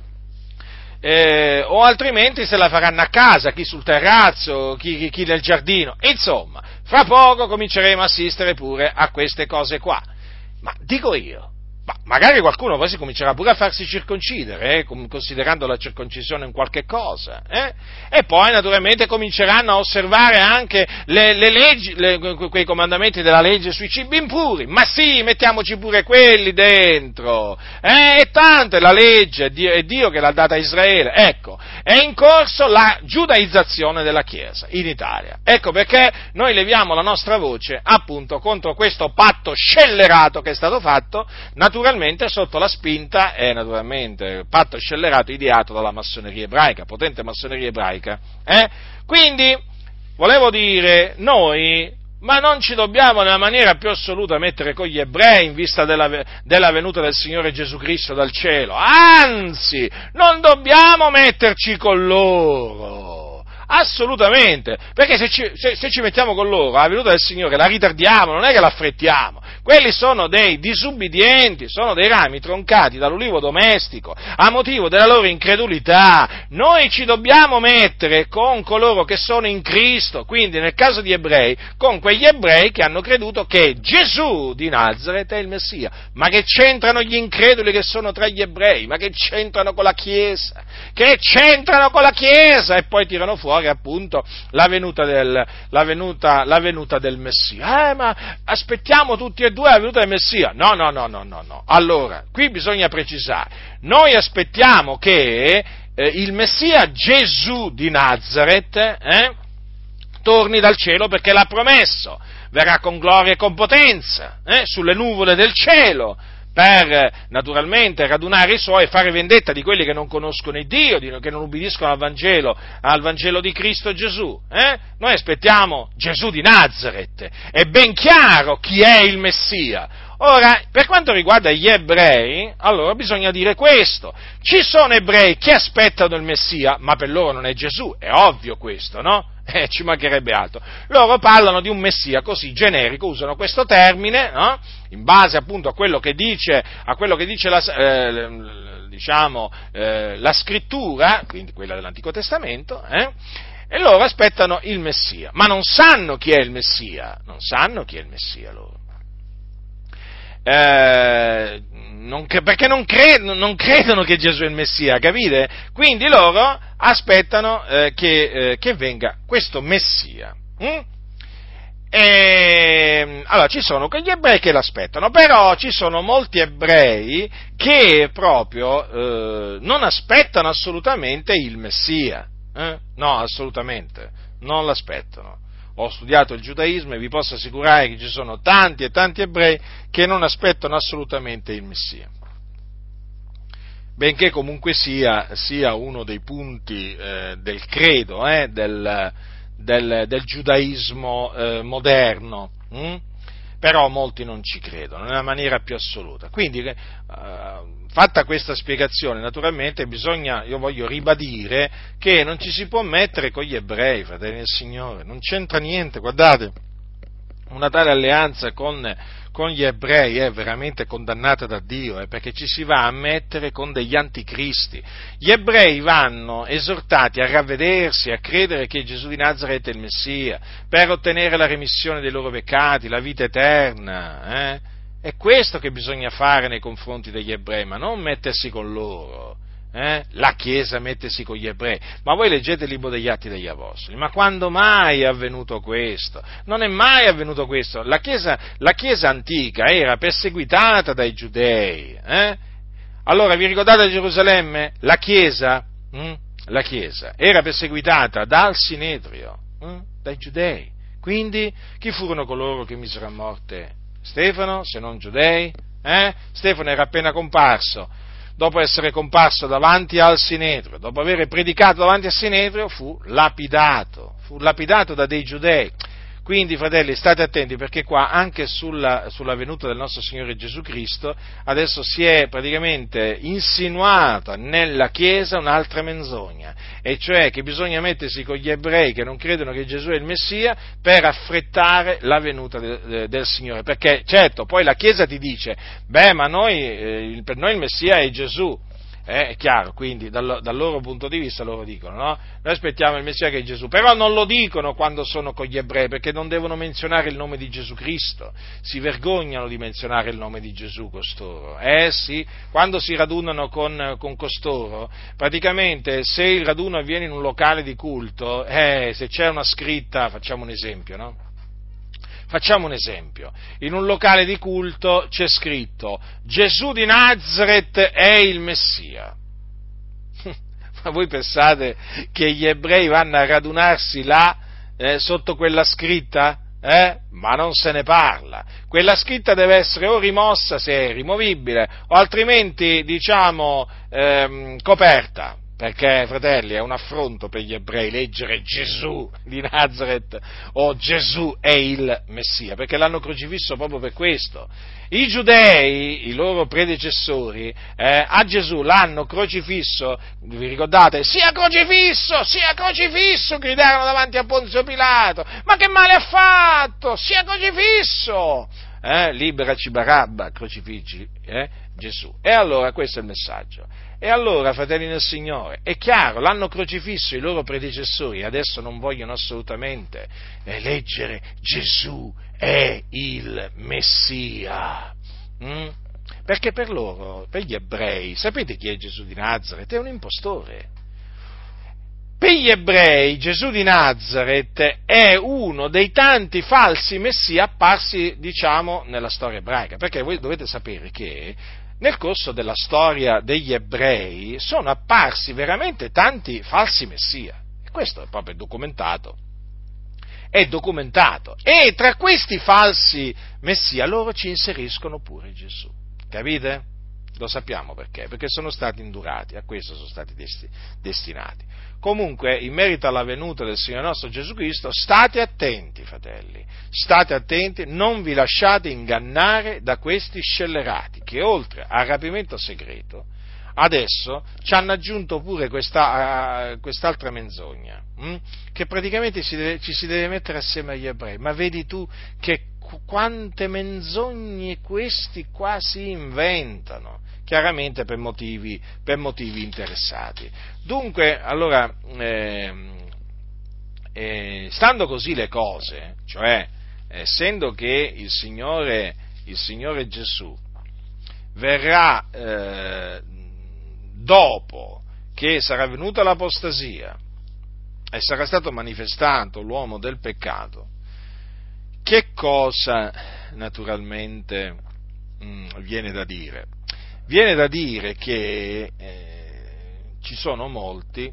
Eh, o altrimenti se la faranno a casa, chi sul terrazzo, chi, chi, chi nel giardino, insomma, fra poco cominceremo a assistere pure a queste cose qua. Ma dico io, ma magari qualcuno poi si comincerà pure a farsi circoncidere, eh, considerando la circoncisione un qualche cosa, eh? E poi naturalmente cominceranno a osservare anche le, le leggi, le, quei comandamenti della legge sui cibi impuri, ma sì, mettiamoci pure quelli dentro, eh? E tanto è la legge, è Dio, è Dio che l'ha data a Israele, ecco, è in corso la giudaizzazione della Chiesa in Italia, ecco perché noi leviamo la nostra voce appunto contro questo patto scellerato che è stato fatto, naturalmente sotto la spinta, è naturalmente patto scellerato ideato dalla massoneria ebraica, potente massoneria ebraica, eh? Quindi, volevo dire, noi, ma non ci dobbiamo nella maniera più assoluta mettere con gli ebrei in vista della, della venuta del Signore Gesù Cristo dal cielo, anzi, non dobbiamo metterci con loro, assolutamente, perché se ci, se, se ci mettiamo con loro, la venuta del Signore la ritardiamo, non è che la affrettiamo. Quelli sono dei disubbidienti, sono dei rami troncati dall'ulivo domestico, a motivo della loro incredulità. Noi ci dobbiamo mettere con coloro che sono in Cristo, quindi nel caso di ebrei, con quegli ebrei che hanno creduto che Gesù di Nazaret è il Messia. Ma che c'entrano gli increduli che sono tra gli ebrei? Ma che c'entrano con la Chiesa? Che c'entrano con la Chiesa? E poi tirano fuori appunto la venuta del, la venuta, la venuta del Messia. Eh, ma aspettiamo tutti e due la venuta del Messia. No, no, no, no, no, no. Allora, qui bisogna precisare. Noi aspettiamo che eh, il Messia Gesù di Nazaret eh, torni dal cielo perché l'ha promesso. Verrà con gloria e con potenza eh, sulle nuvole del cielo, per naturalmente radunare i suoi e fare vendetta di quelli che non conoscono il Dio, che non ubbidiscono al Vangelo, al Vangelo di Cristo Gesù. Eh? Noi aspettiamo Gesù di Nazaret, è ben chiaro chi è il Messia. Ora, per quanto riguarda gli ebrei, allora bisogna dire questo: ci sono ebrei che aspettano il Messia, ma per loro non è Gesù, è ovvio questo, no? Eh, ci mancherebbe altro. Loro parlano di un Messia così generico, usano questo termine, no? In base appunto a quello che dice, a quello che dice la, eh, diciamo, eh, la scrittura, quindi quella dell'Antico Testamento, eh? E loro aspettano il Messia, ma non sanno chi è il Messia, non sanno chi è il Messia loro. Eh, non, perché non credono, non credono che Gesù è il Messia, capite? Quindi loro aspettano eh, che, eh, che venga questo Messia. Hm? E, allora, ci sono quegli ebrei che l'aspettano, però ci sono molti ebrei che proprio eh, non aspettano assolutamente il Messia. Eh? No, assolutamente, non l'aspettano. Ho studiato il giudaismo e vi posso assicurare che ci sono tanti e tanti ebrei che non aspettano assolutamente il Messia. Benché comunque sia, sia uno dei punti eh, del credo, eh, del, del, del giudaismo eh, moderno, hm? Però molti non ci credono nella maniera più assoluta. Quindi, eh, fatta questa spiegazione, naturalmente bisogna, io voglio ribadire che non ci si può mettere con gli ebrei, fratelli del Signore, non c'entra niente, guardate, una tale alleanza con, con gli ebrei è veramente condannata da Dio, eh, perché ci si va a mettere con degli anticristi. Gli ebrei vanno esortati a ravvedersi, a credere che Gesù di Nazaret è il Messia, per ottenere la remissione dei loro peccati, la vita eterna. Eh? È questo che bisogna fare nei confronti degli ebrei, ma non mettersi con loro. Eh? La Chiesa mettersi con gli ebrei, ma voi leggete il libro degli Atti degli Apostoli, ma quando mai è avvenuto questo? Non è mai avvenuto questo. La Chiesa, la Chiesa antica era perseguitata dai giudei. Eh? Allora, vi ricordate Gerusalemme? La Chiesa, hm? la Chiesa era perseguitata dal Sinedrio, hm? dai giudei. Quindi, chi furono coloro che misero a morte Stefano, se non giudei? Eh? Stefano era appena comparso. Dopo essere comparso davanti al Sinedrio, dopo aver predicato davanti al Sinedrio, fu lapidato, fu lapidato da dei giudei. Quindi, fratelli, state attenti, perché qua, anche sulla, sulla venuta del nostro Signore Gesù Cristo, adesso si è praticamente insinuata nella Chiesa un'altra menzogna, e cioè che bisogna mettersi con gli ebrei che non credono che Gesù è il Messia per affrettare la venuta de, de, del Signore. Perché, certo, poi la Chiesa ti dice, beh, ma noi, eh, per noi il Messia è Gesù. Eh, è chiaro, quindi dal, dal loro punto di vista loro dicono, no? Noi aspettiamo il Messia che è Gesù, però non lo dicono quando sono con gli ebrei, perché non devono menzionare il nome di Gesù Cristo, si vergognano di menzionare il nome di Gesù costoro, eh sì, quando si radunano con, con costoro, praticamente se il raduno avviene in un locale di culto, eh, se c'è una scritta, facciamo un esempio, no? Facciamo un esempio, in un locale di culto c'è scritto Gesù di Nazaret è il Messia. Ma voi pensate che gli ebrei vanno a radunarsi là eh, sotto quella scritta? Eh? Ma non se ne parla. Quella scritta deve essere o rimossa se è rimovibile, o altrimenti, diciamo, ehm, coperta. Perché, fratelli, è un affronto per gli ebrei leggere Gesù di Nazaret o Gesù è il Messia, perché l'hanno crocifisso proprio per questo. I giudei, i loro predecessori, eh, a Gesù l'hanno crocifisso, vi ricordate? Sia crocifisso, sia crocifisso, gridarono davanti a Ponzio Pilato, ma che male ha fatto? Sia crocifisso! Eh, liberaci Barabba, crocifiggi eh, Gesù. E allora questo è il messaggio. E allora, fratelli nel Signore, è chiaro, l'hanno crocifisso i loro predecessori, adesso non vogliono assolutamente eh, leggere Gesù è il Messia. Mm? Perché per loro, per gli ebrei, sapete chi è Gesù di Nazaret? È un impostore. Per gli ebrei Gesù di Nazaret è uno dei tanti falsi messia apparsi, diciamo, nella storia ebraica, perché voi dovete sapere che nel corso della storia degli ebrei sono apparsi veramente tanti falsi messia, e questo è proprio documentato, è documentato, e tra questi falsi messia loro ci inseriscono pure Gesù, capite? Lo sappiamo perché, perché sono stati indurati, a questo sono stati desti- destinati. Comunque, in merito alla venuta del Signore nostro Gesù Cristo, state attenti, fratelli, state attenti, non vi lasciate ingannare da questi scellerati, che oltre al rapimento segreto, adesso ci hanno aggiunto pure questa, uh, quest'altra menzogna, hm? che praticamente si deve, ci si deve mettere assieme agli ebrei, ma vedi tu che quante menzogne questi qua si inventano, chiaramente per motivi, per motivi interessati. Dunque, allora, eh, eh, stando così le cose, cioè, essendo che il Signore, il Signore Gesù verrà eh, dopo che sarà venuta l'apostasia e sarà stato manifestato l'uomo del peccato, che cosa naturalmente mh, viene da dire? Viene da dire che eh, ci sono molti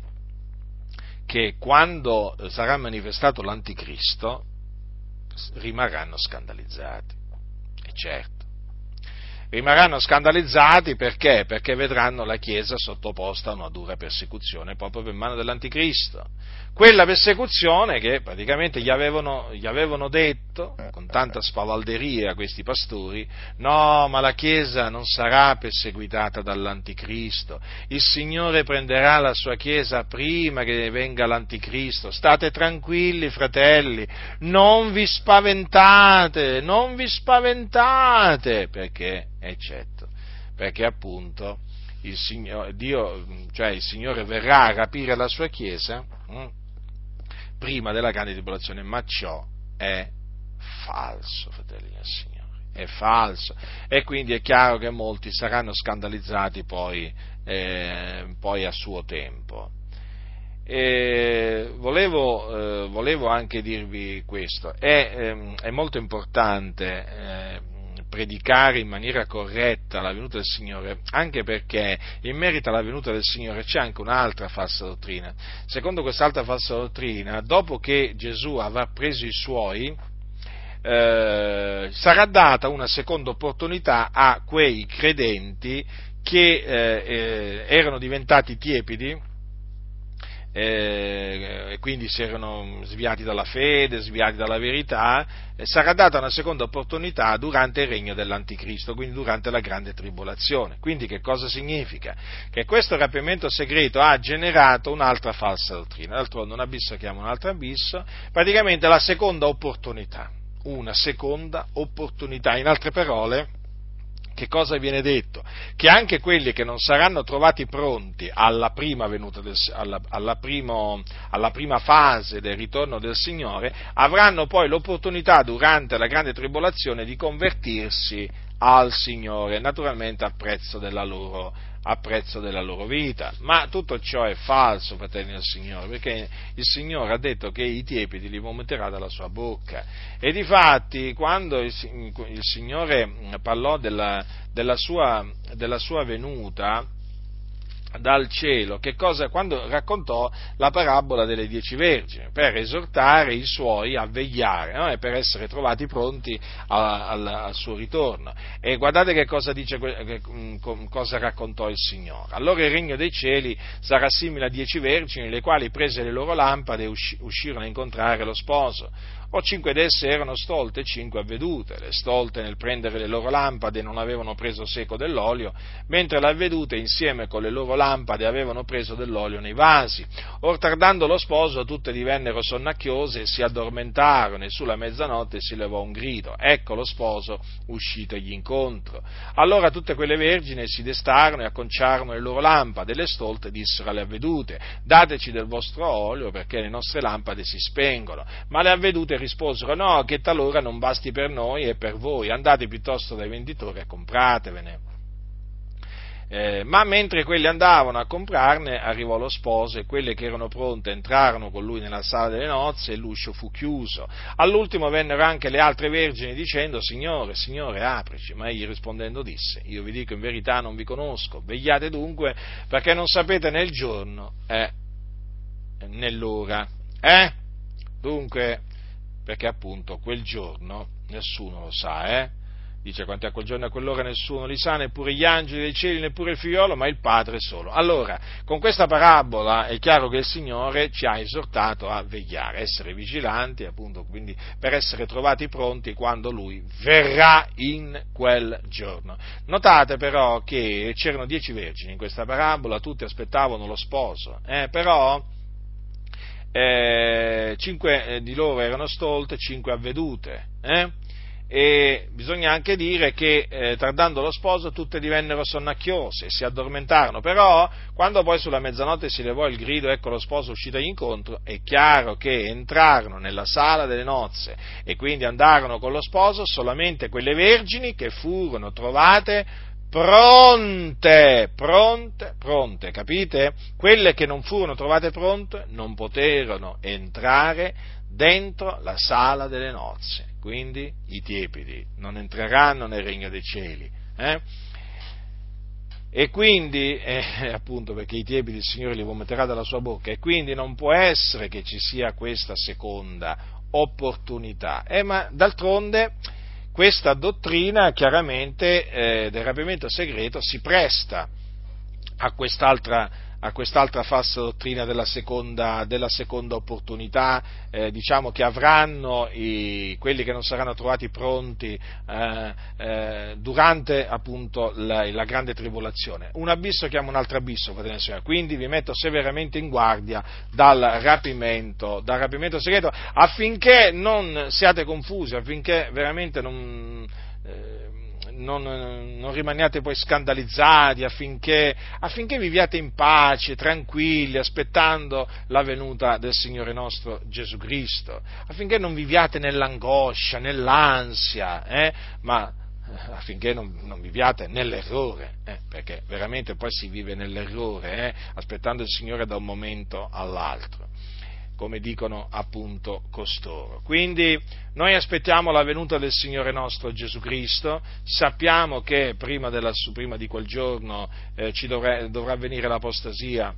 che quando sarà manifestato l'anticristo rimarranno scandalizzati, è certo. rimarranno scandalizzati perché? Perché vedranno la Chiesa sottoposta a una dura persecuzione proprio per mano dell'Anticristo. Quella persecuzione che praticamente gli avevano, gli avevano detto con tanta spavalderia a questi pastori: no, ma la Chiesa non sarà perseguitata dall'Anticristo, il Signore prenderà la sua Chiesa prima che venga l'Anticristo, state tranquilli fratelli, non vi spaventate, non vi spaventate, perché, eccetto, perché appunto il Signore, Dio, cioè il Signore verrà a rapire la sua Chiesa hm, prima della grande tribolazione, ma ciò è falso, fratelli del Signore, è falso, e quindi è chiaro che molti saranno scandalizzati poi, eh, poi a suo tempo. E volevo, eh, volevo anche dirvi questo, è, ehm, è molto importante eh, predicare in maniera corretta la venuta del Signore, anche perché in merito alla venuta del Signore c'è anche un'altra falsa dottrina. Secondo quest'altra falsa dottrina, dopo che Gesù avrà preso i suoi, eh, sarà data una seconda opportunità a quei credenti che eh, eh, erano diventati tiepidi, e quindi si erano sviati dalla fede, sviati dalla verità, eh, sarà data una seconda opportunità durante il regno dell'Anticristo, quindi durante la grande tribolazione. Quindi che cosa significa? Che questo rapimento segreto ha generato un'altra falsa dottrina, d'altronde un abisso chiama un altro abisso, praticamente la seconda opportunità, una seconda opportunità, in altre parole. Che cosa viene detto? Che anche quelli che non saranno trovati pronti alla prima venuta del, alla, alla, primo, alla prima fase del ritorno del Signore avranno poi l'opportunità durante la grande tribolazione di convertirsi al Signore, naturalmente a prezzo della loro, a prezzo della loro vita. Ma tutto ciò è falso, fratelli del Signore, perché il Signore ha detto che i tiepidi li vomitterà dalla sua bocca. E difatti, quando il, il Signore parlò della, della, sua, della sua venuta dal cielo, che cosa, quando raccontò la parabola delle dieci vergini, per esortare i suoi a vegliare, no? E per essere trovati pronti a, al, al suo ritorno. E guardate che cosa dice, che, cosa raccontò il Signore. Allora il regno dei cieli sarà simile a dieci vergini, le quali prese le loro lampade e uscirono a incontrare lo sposo. O cinque d'esse erano stolte e cinque avvedute. Le stolte nel prendere le loro lampade non avevano preso seco dell'olio, mentre le avvedute insieme con le loro lampade avevano preso dell'olio nei vasi. Or tardando lo sposo tutte divennero sonnacchiose e si addormentarono, e sulla mezzanotte si levò un grido: ecco lo sposo uscitegli incontro. Allora tutte quelle vergini si destarono e acconciarono le loro lampade, e le stolte dissero alle avvedute: dateci del vostro olio, perché le nostre lampade si spengono. Ma le avvedute risposero: no, che talora non basti per noi e per voi, andate piuttosto dai venditori e compratevene. Eh, ma mentre quelli andavano a comprarne, arrivò lo sposo, e quelle che erano pronte entrarono con lui nella sala delle nozze, e l'uscio fu chiuso. All'ultimo vennero anche le altre vergini dicendo: Signore, Signore, aprici. Ma egli rispondendo disse: io vi dico in verità, non vi conosco. Vegliate dunque, perché non sapete né il giorno eh, né l'ora. Eh? Dunque, perché appunto quel giorno nessuno lo sa, eh? Dice: quanto a quel giorno e a quell'ora nessuno li sa, neppure gli angeli dei cieli, neppure il figliolo, ma il Padre solo. Allora, con questa parabola è chiaro che il Signore ci ha esortato a vegliare, a essere vigilanti, appunto, quindi per essere trovati pronti quando Lui verrà in quel giorno. Notate però che c'erano dieci vergini in questa parabola, tutti aspettavano lo sposo, eh? Però Eh, cinque di loro erano stolte, cinque avvedute, eh? E bisogna anche dire che eh, tardando lo sposo tutte divennero sonnacchiose e si addormentarono. Però quando poi sulla mezzanotte si levò il grido, ecco lo sposo uscitogli incontro, è chiaro che entrarono nella sala delle nozze e quindi andarono con lo sposo solamente quelle vergini che furono trovate pronte, pronte, pronte, capite? Quelle che non furono trovate pronte non poterono entrare dentro la sala delle nozze, quindi i tiepidi non entreranno nel regno dei cieli, eh? E quindi, eh, appunto, perché i tiepidi il Signore li vomitterà dalla sua bocca, e quindi non può essere che ci sia questa seconda opportunità, eh, ma d'altronde questa dottrina chiaramente eh, del rapimento segreto si presta a quest'altra a quest'altra falsa dottrina della seconda, della seconda opportunità, eh, diciamo che avranno i, quelli che non saranno trovati pronti eh, eh, durante appunto la, la grande tribolazione. Un abisso chiama un altro abisso, fratelli e sorelle. Quindi vi metto severamente in guardia dal rapimento, dal rapimento segreto, affinché non siate confusi, affinché veramente non... Eh, Non, non rimaniate poi scandalizzati, affinché, affinché viviate in pace, tranquilli, aspettando la venuta del Signore nostro Gesù Cristo, affinché non viviate nell'angoscia, nell'ansia, eh, ma affinché non, non viviate nell'errore, eh, perché veramente poi si vive nell'errore, eh, aspettando il Signore da un momento all'altro, come dicono appunto costoro. Quindi noi aspettiamo la venuta del Signore nostro Gesù Cristo, sappiamo che prima, della, prima di quel giorno eh, ci dovrà, dovrà avvenire l'apostasia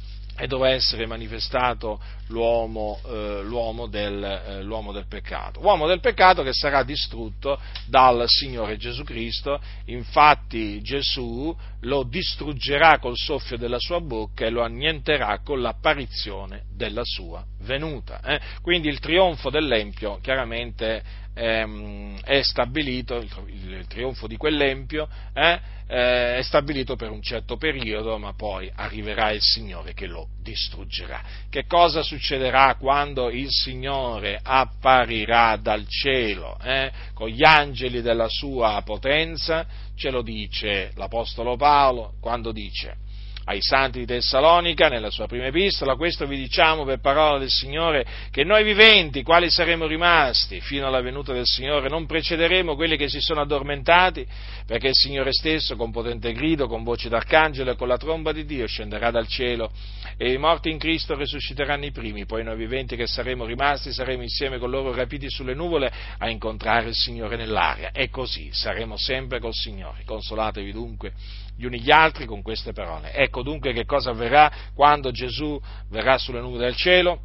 e dovrà essere manifestato l'uomo, eh, l'uomo, del, eh, l'uomo del peccato, uomo del peccato che sarà distrutto dal Signore Gesù Cristo. Infatti Gesù lo distruggerà col soffio della sua bocca e lo annienterà con l'apparizione della sua venuta. Eh? Quindi il trionfo dell'empio chiaramente ehm, è stabilito, il, il trionfo di quell'empio eh, eh, è stabilito per un certo periodo, ma poi arriverà il Signore che lo distruggerà. Che cosa succederà quando il Signore apparirà dal cielo eh, con gli angeli della sua potenza? Ce lo dice l'Apostolo Paolo quando dice ai santi di Tessalonica, nella sua prima epistola: questo vi diciamo per parola del Signore, che noi viventi, quali saremo rimasti fino alla venuta del Signore, non precederemo quelli che si sono addormentati, perché il Signore stesso, con potente grido, con voce d'arcangelo e con la tromba di Dio, scenderà dal cielo, e i morti in Cristo risusciteranno i primi, poi noi viventi che saremo rimasti, saremo insieme con loro rapiti sulle nuvole a incontrare il Signore nell'aria, e così saremo sempre col Signore. Consolatevi dunque gli uni gli altri con queste parole. Ecco dunque che cosa avverrà quando Gesù verrà sulle nuvole del cielo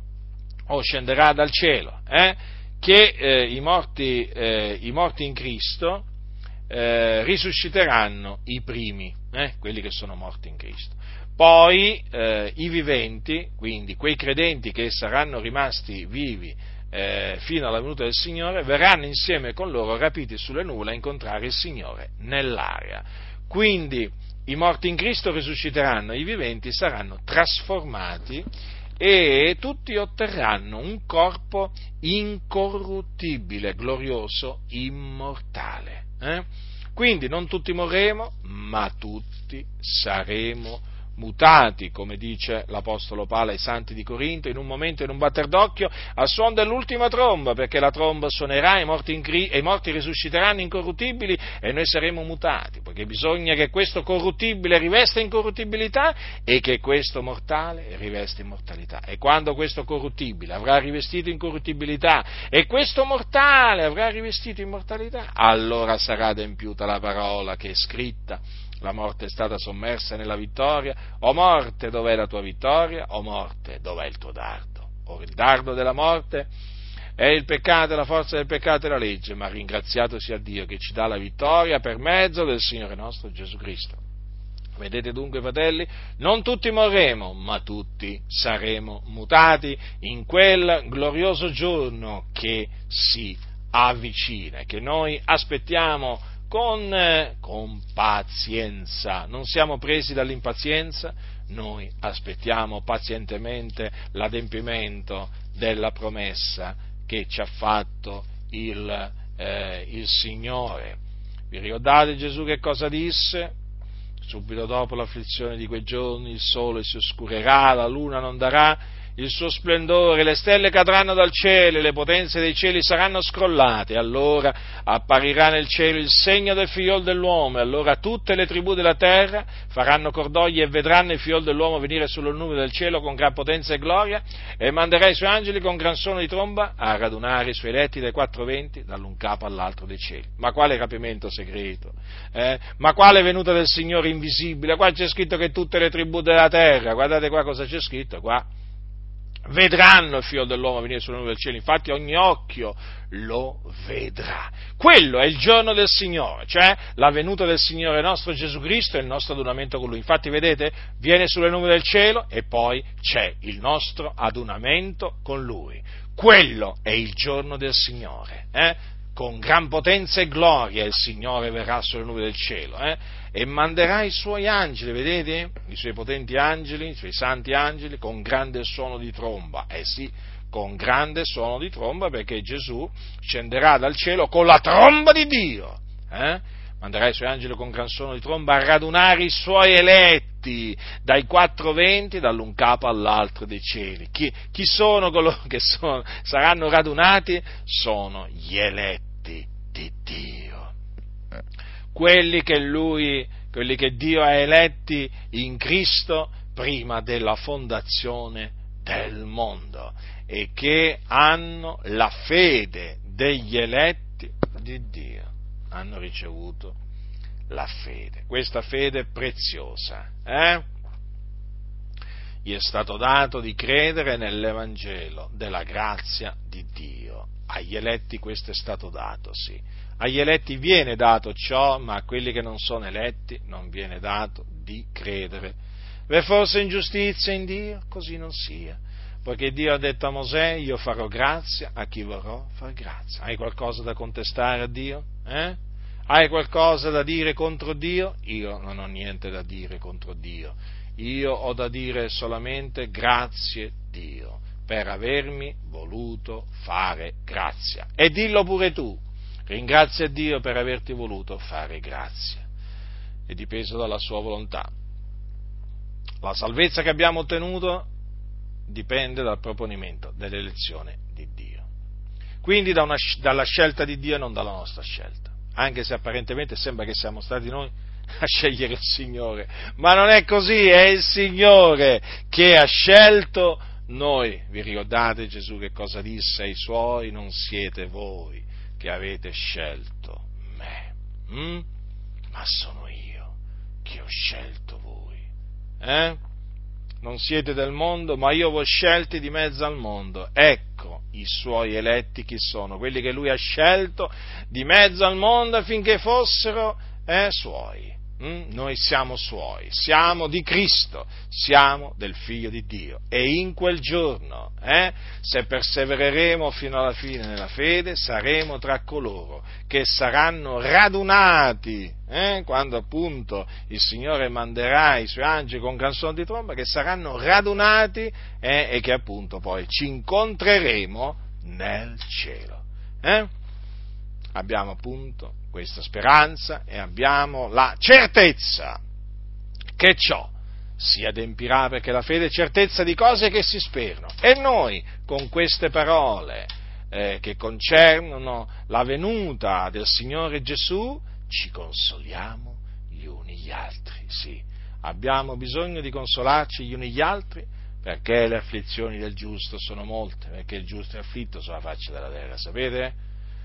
o scenderà dal cielo, eh? che eh, i, morti, eh, i morti in Cristo eh, risusciteranno i primi, eh? quelli che sono morti in Cristo. Poi eh, i viventi, quindi quei credenti che saranno rimasti vivi eh, fino alla venuta del Signore, verranno insieme con loro rapiti sulle nuvole a incontrare il Signore nell'aria. Quindi i morti in Cristo risusciteranno, i viventi saranno trasformati e tutti otterranno un corpo incorruttibile, glorioso, immortale. Eh? Quindi non tutti morremo, ma tutti saremo mutati, come dice l'Apostolo Paolo ai Santi di Corinto, in un momento, in un batter d'occhio, al suono dell'ultima tromba, perché la tromba suonerà e i morti, in cri- e i morti risusciteranno incorruttibili e noi saremo mutati, perché bisogna che questo corruttibile rivesta incorruttibilità e che questo mortale rivesta immortalità. E quando questo corruttibile avrà rivestito incorruttibilità e questo mortale avrà rivestito immortalità, allora sarà adempiuta la parola che è scritta: la morte è stata sommersa nella vittoria. O morte, dov'è la tua vittoria? O morte, dov'è il tuo dardo? Ora il dardo della morte è il peccato, la forza del peccato è la legge, ma ringraziato sia Dio che ci dà la vittoria per mezzo del Signore nostro Gesù Cristo. Vedete dunque, fratelli, non tutti morremo, ma tutti saremo mutati in quel glorioso giorno che si avvicina, che noi aspettiamo Con, con pazienza. Non siamo presi dall'impazienza, noi aspettiamo pazientemente l'adempimento della promessa che ci ha fatto il, eh, il Signore. Vi ricordate Gesù che cosa disse? Subito dopo l'afflizione di quei giorni il sole si oscurerà, la luna non darà il suo splendore, le stelle cadranno dal cielo e le potenze dei cieli saranno scrollate. Allora apparirà nel cielo il segno del figliol dell'uomo, e allora tutte le tribù della terra faranno cordoglio e vedranno il figliol dell'uomo venire sulle nuvole del cielo con gran potenza e gloria, e manderà i suoi angeli con gran suono di tromba a radunare i suoi eletti dai quattro venti, dall'un capo all'altro dei cieli. Ma quale rapimento segreto? Eh? Ma quale venuta del Signore invisibile? Qua c'è scritto che tutte le tribù della terra, guardate qua cosa c'è scritto qua. vedranno il Figlio dell'uomo venire sulle nuvole del cielo, infatti ogni occhio lo vedrà. Quello è il giorno del Signore, cioè la venuta del Signore nostro Gesù Cristo e il nostro adunamento con Lui. Infatti, vedete, viene sulle nuvole del cielo e poi c'è il nostro adunamento con Lui. Quello è il giorno del Signore, eh? Con gran potenza e gloria il Signore verrà sulle nuvole del cielo, eh? E manderà i suoi angeli, vedete? I suoi potenti angeli, i suoi santi angeli, con grande suono di tromba, eh sì, con grande suono di tromba, perché Gesù scenderà dal cielo con la tromba di Dio, eh? Manderà i suoi angeli con gran suono di tromba a radunare i suoi eletti dai quattro venti, dall'un capo all'altro dei cieli. Chi, chi sono coloro che sono, saranno radunati? Sono gli eletti di Dio. Quelli che Lui, quelli che Dio ha eletti in Cristo prima della fondazione del mondo e che hanno la fede degli eletti di Dio. Hanno ricevuto la fede, questa fede preziosa, eh? Gli è stato dato di credere nell'Evangelo della grazia di Dio. Agli eletti questo è stato dato, sì. Agli eletti viene dato ciò, ma a quelli che non sono eletti non viene dato di credere. V'è forse ingiustizia in Dio? Così non sia. Poiché Dio ha detto a Mosè, io farò grazia a chi vorrò far grazia. Hai qualcosa da contestare a Dio? Eh? Hai qualcosa da dire contro Dio? Io non ho niente da dire contro Dio. Io ho da dire solamente grazie Dio per avermi voluto fare grazia. E dillo pure tu, ringrazia Dio per averti voluto fare grazia. È dipeso dalla sua volontà. La salvezza che abbiamo ottenuto dipende dal proponimento dell'elezione di Dio. Quindi da una, dalla scelta di Dio e non dalla nostra scelta. Anche se apparentemente sembra che siamo stati noi a scegliere il Signore, ma non è così, è il Signore che ha scelto noi. Vi ricordate Gesù che cosa disse ai Suoi? Non siete voi che avete scelto me, hm? ma sono io che ho scelto voi. Eh? Non siete del mondo, ma io vi ho scelti di mezzo al mondo. Ecco i Suoi eletti chi sono, quelli che Lui ha scelto di mezzo al mondo affinché fossero eh, Suoi. Mm? Noi siamo Suoi, siamo di Cristo, siamo del Figlio di Dio. E in quel giorno, eh, se persevereremo fino alla fine nella fede, saremo tra coloro che saranno radunati, eh, quando appunto il Signore manderà i Suoi angeli con gran suono di tromba, che saranno radunati eh, e che appunto poi ci incontreremo nel cielo. Eh? Abbiamo appunto questa speranza e abbiamo la certezza che ciò si adempirà, perché la fede è certezza di cose che si sperano. E noi con queste parole eh, che concernono la venuta del Signore Gesù ci consoliamo gli uni gli altri. Sì, abbiamo bisogno di consolarci gli uni gli altri, perché le afflizioni del giusto sono molte, perché il giusto è afflitto sulla faccia della terra, sapete?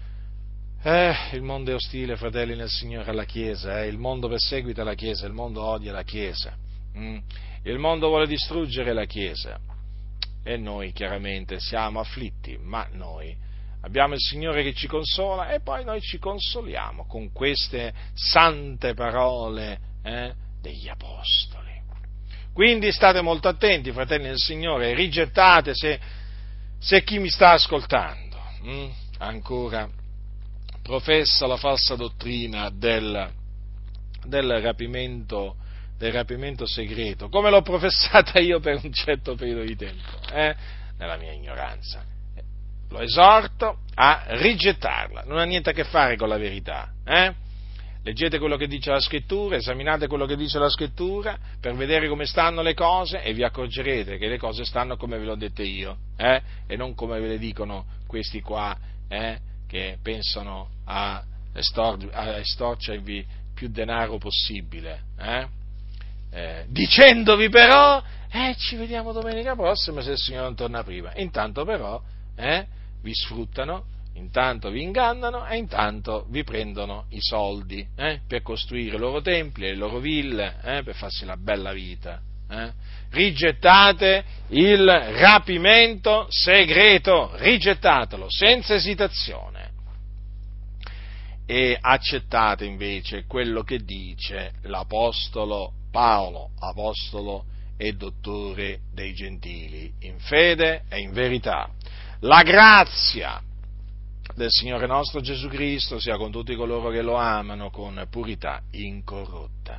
Eh, il mondo è ostile, fratelli nel Signore, alla Chiesa, eh, il mondo perseguita la Chiesa, il mondo odia la Chiesa, mm? il mondo vuole distruggere la Chiesa e noi chiaramente siamo afflitti, ma noi abbiamo il Signore che ci consola e poi noi ci consoliamo con queste sante parole eh, degli Apostoli. Quindi state molto attenti, fratelli nel Signore, rigettate se, se chi mi sta ascoltando mm? ancora professa la falsa dottrina del, del rapimento, del rapimento segreto, come l'ho professata io per un certo periodo di tempo, eh, nella mia ignoranza. Lo esorto a rigettarla, non ha niente a che fare con la verità. Eh? Leggete quello che dice la Scrittura, esaminate quello che dice la Scrittura per vedere come stanno le cose e vi accorgerete che le cose stanno come ve l'ho dette io, eh? e non come ve le dicono questi qua, eh? che pensano a, estor- a estorcervi più denaro possibile, eh? Eh, dicendovi però, eh, ci vediamo domenica prossima se il Signore non torna prima. Intanto però eh, vi sfruttano, intanto vi ingannano e intanto vi prendono i soldi eh, per costruire i loro templi, le loro ville, eh, per farsi la bella vita. Eh? Rigettate il rapimento segreto, rigettatelo senza esitazione e accettate invece quello che dice l'Apostolo Paolo, apostolo e dottore dei gentili, in fede e in verità. La grazia del Signore nostro Gesù Cristo sia con tutti coloro che lo amano con purità incorrotta.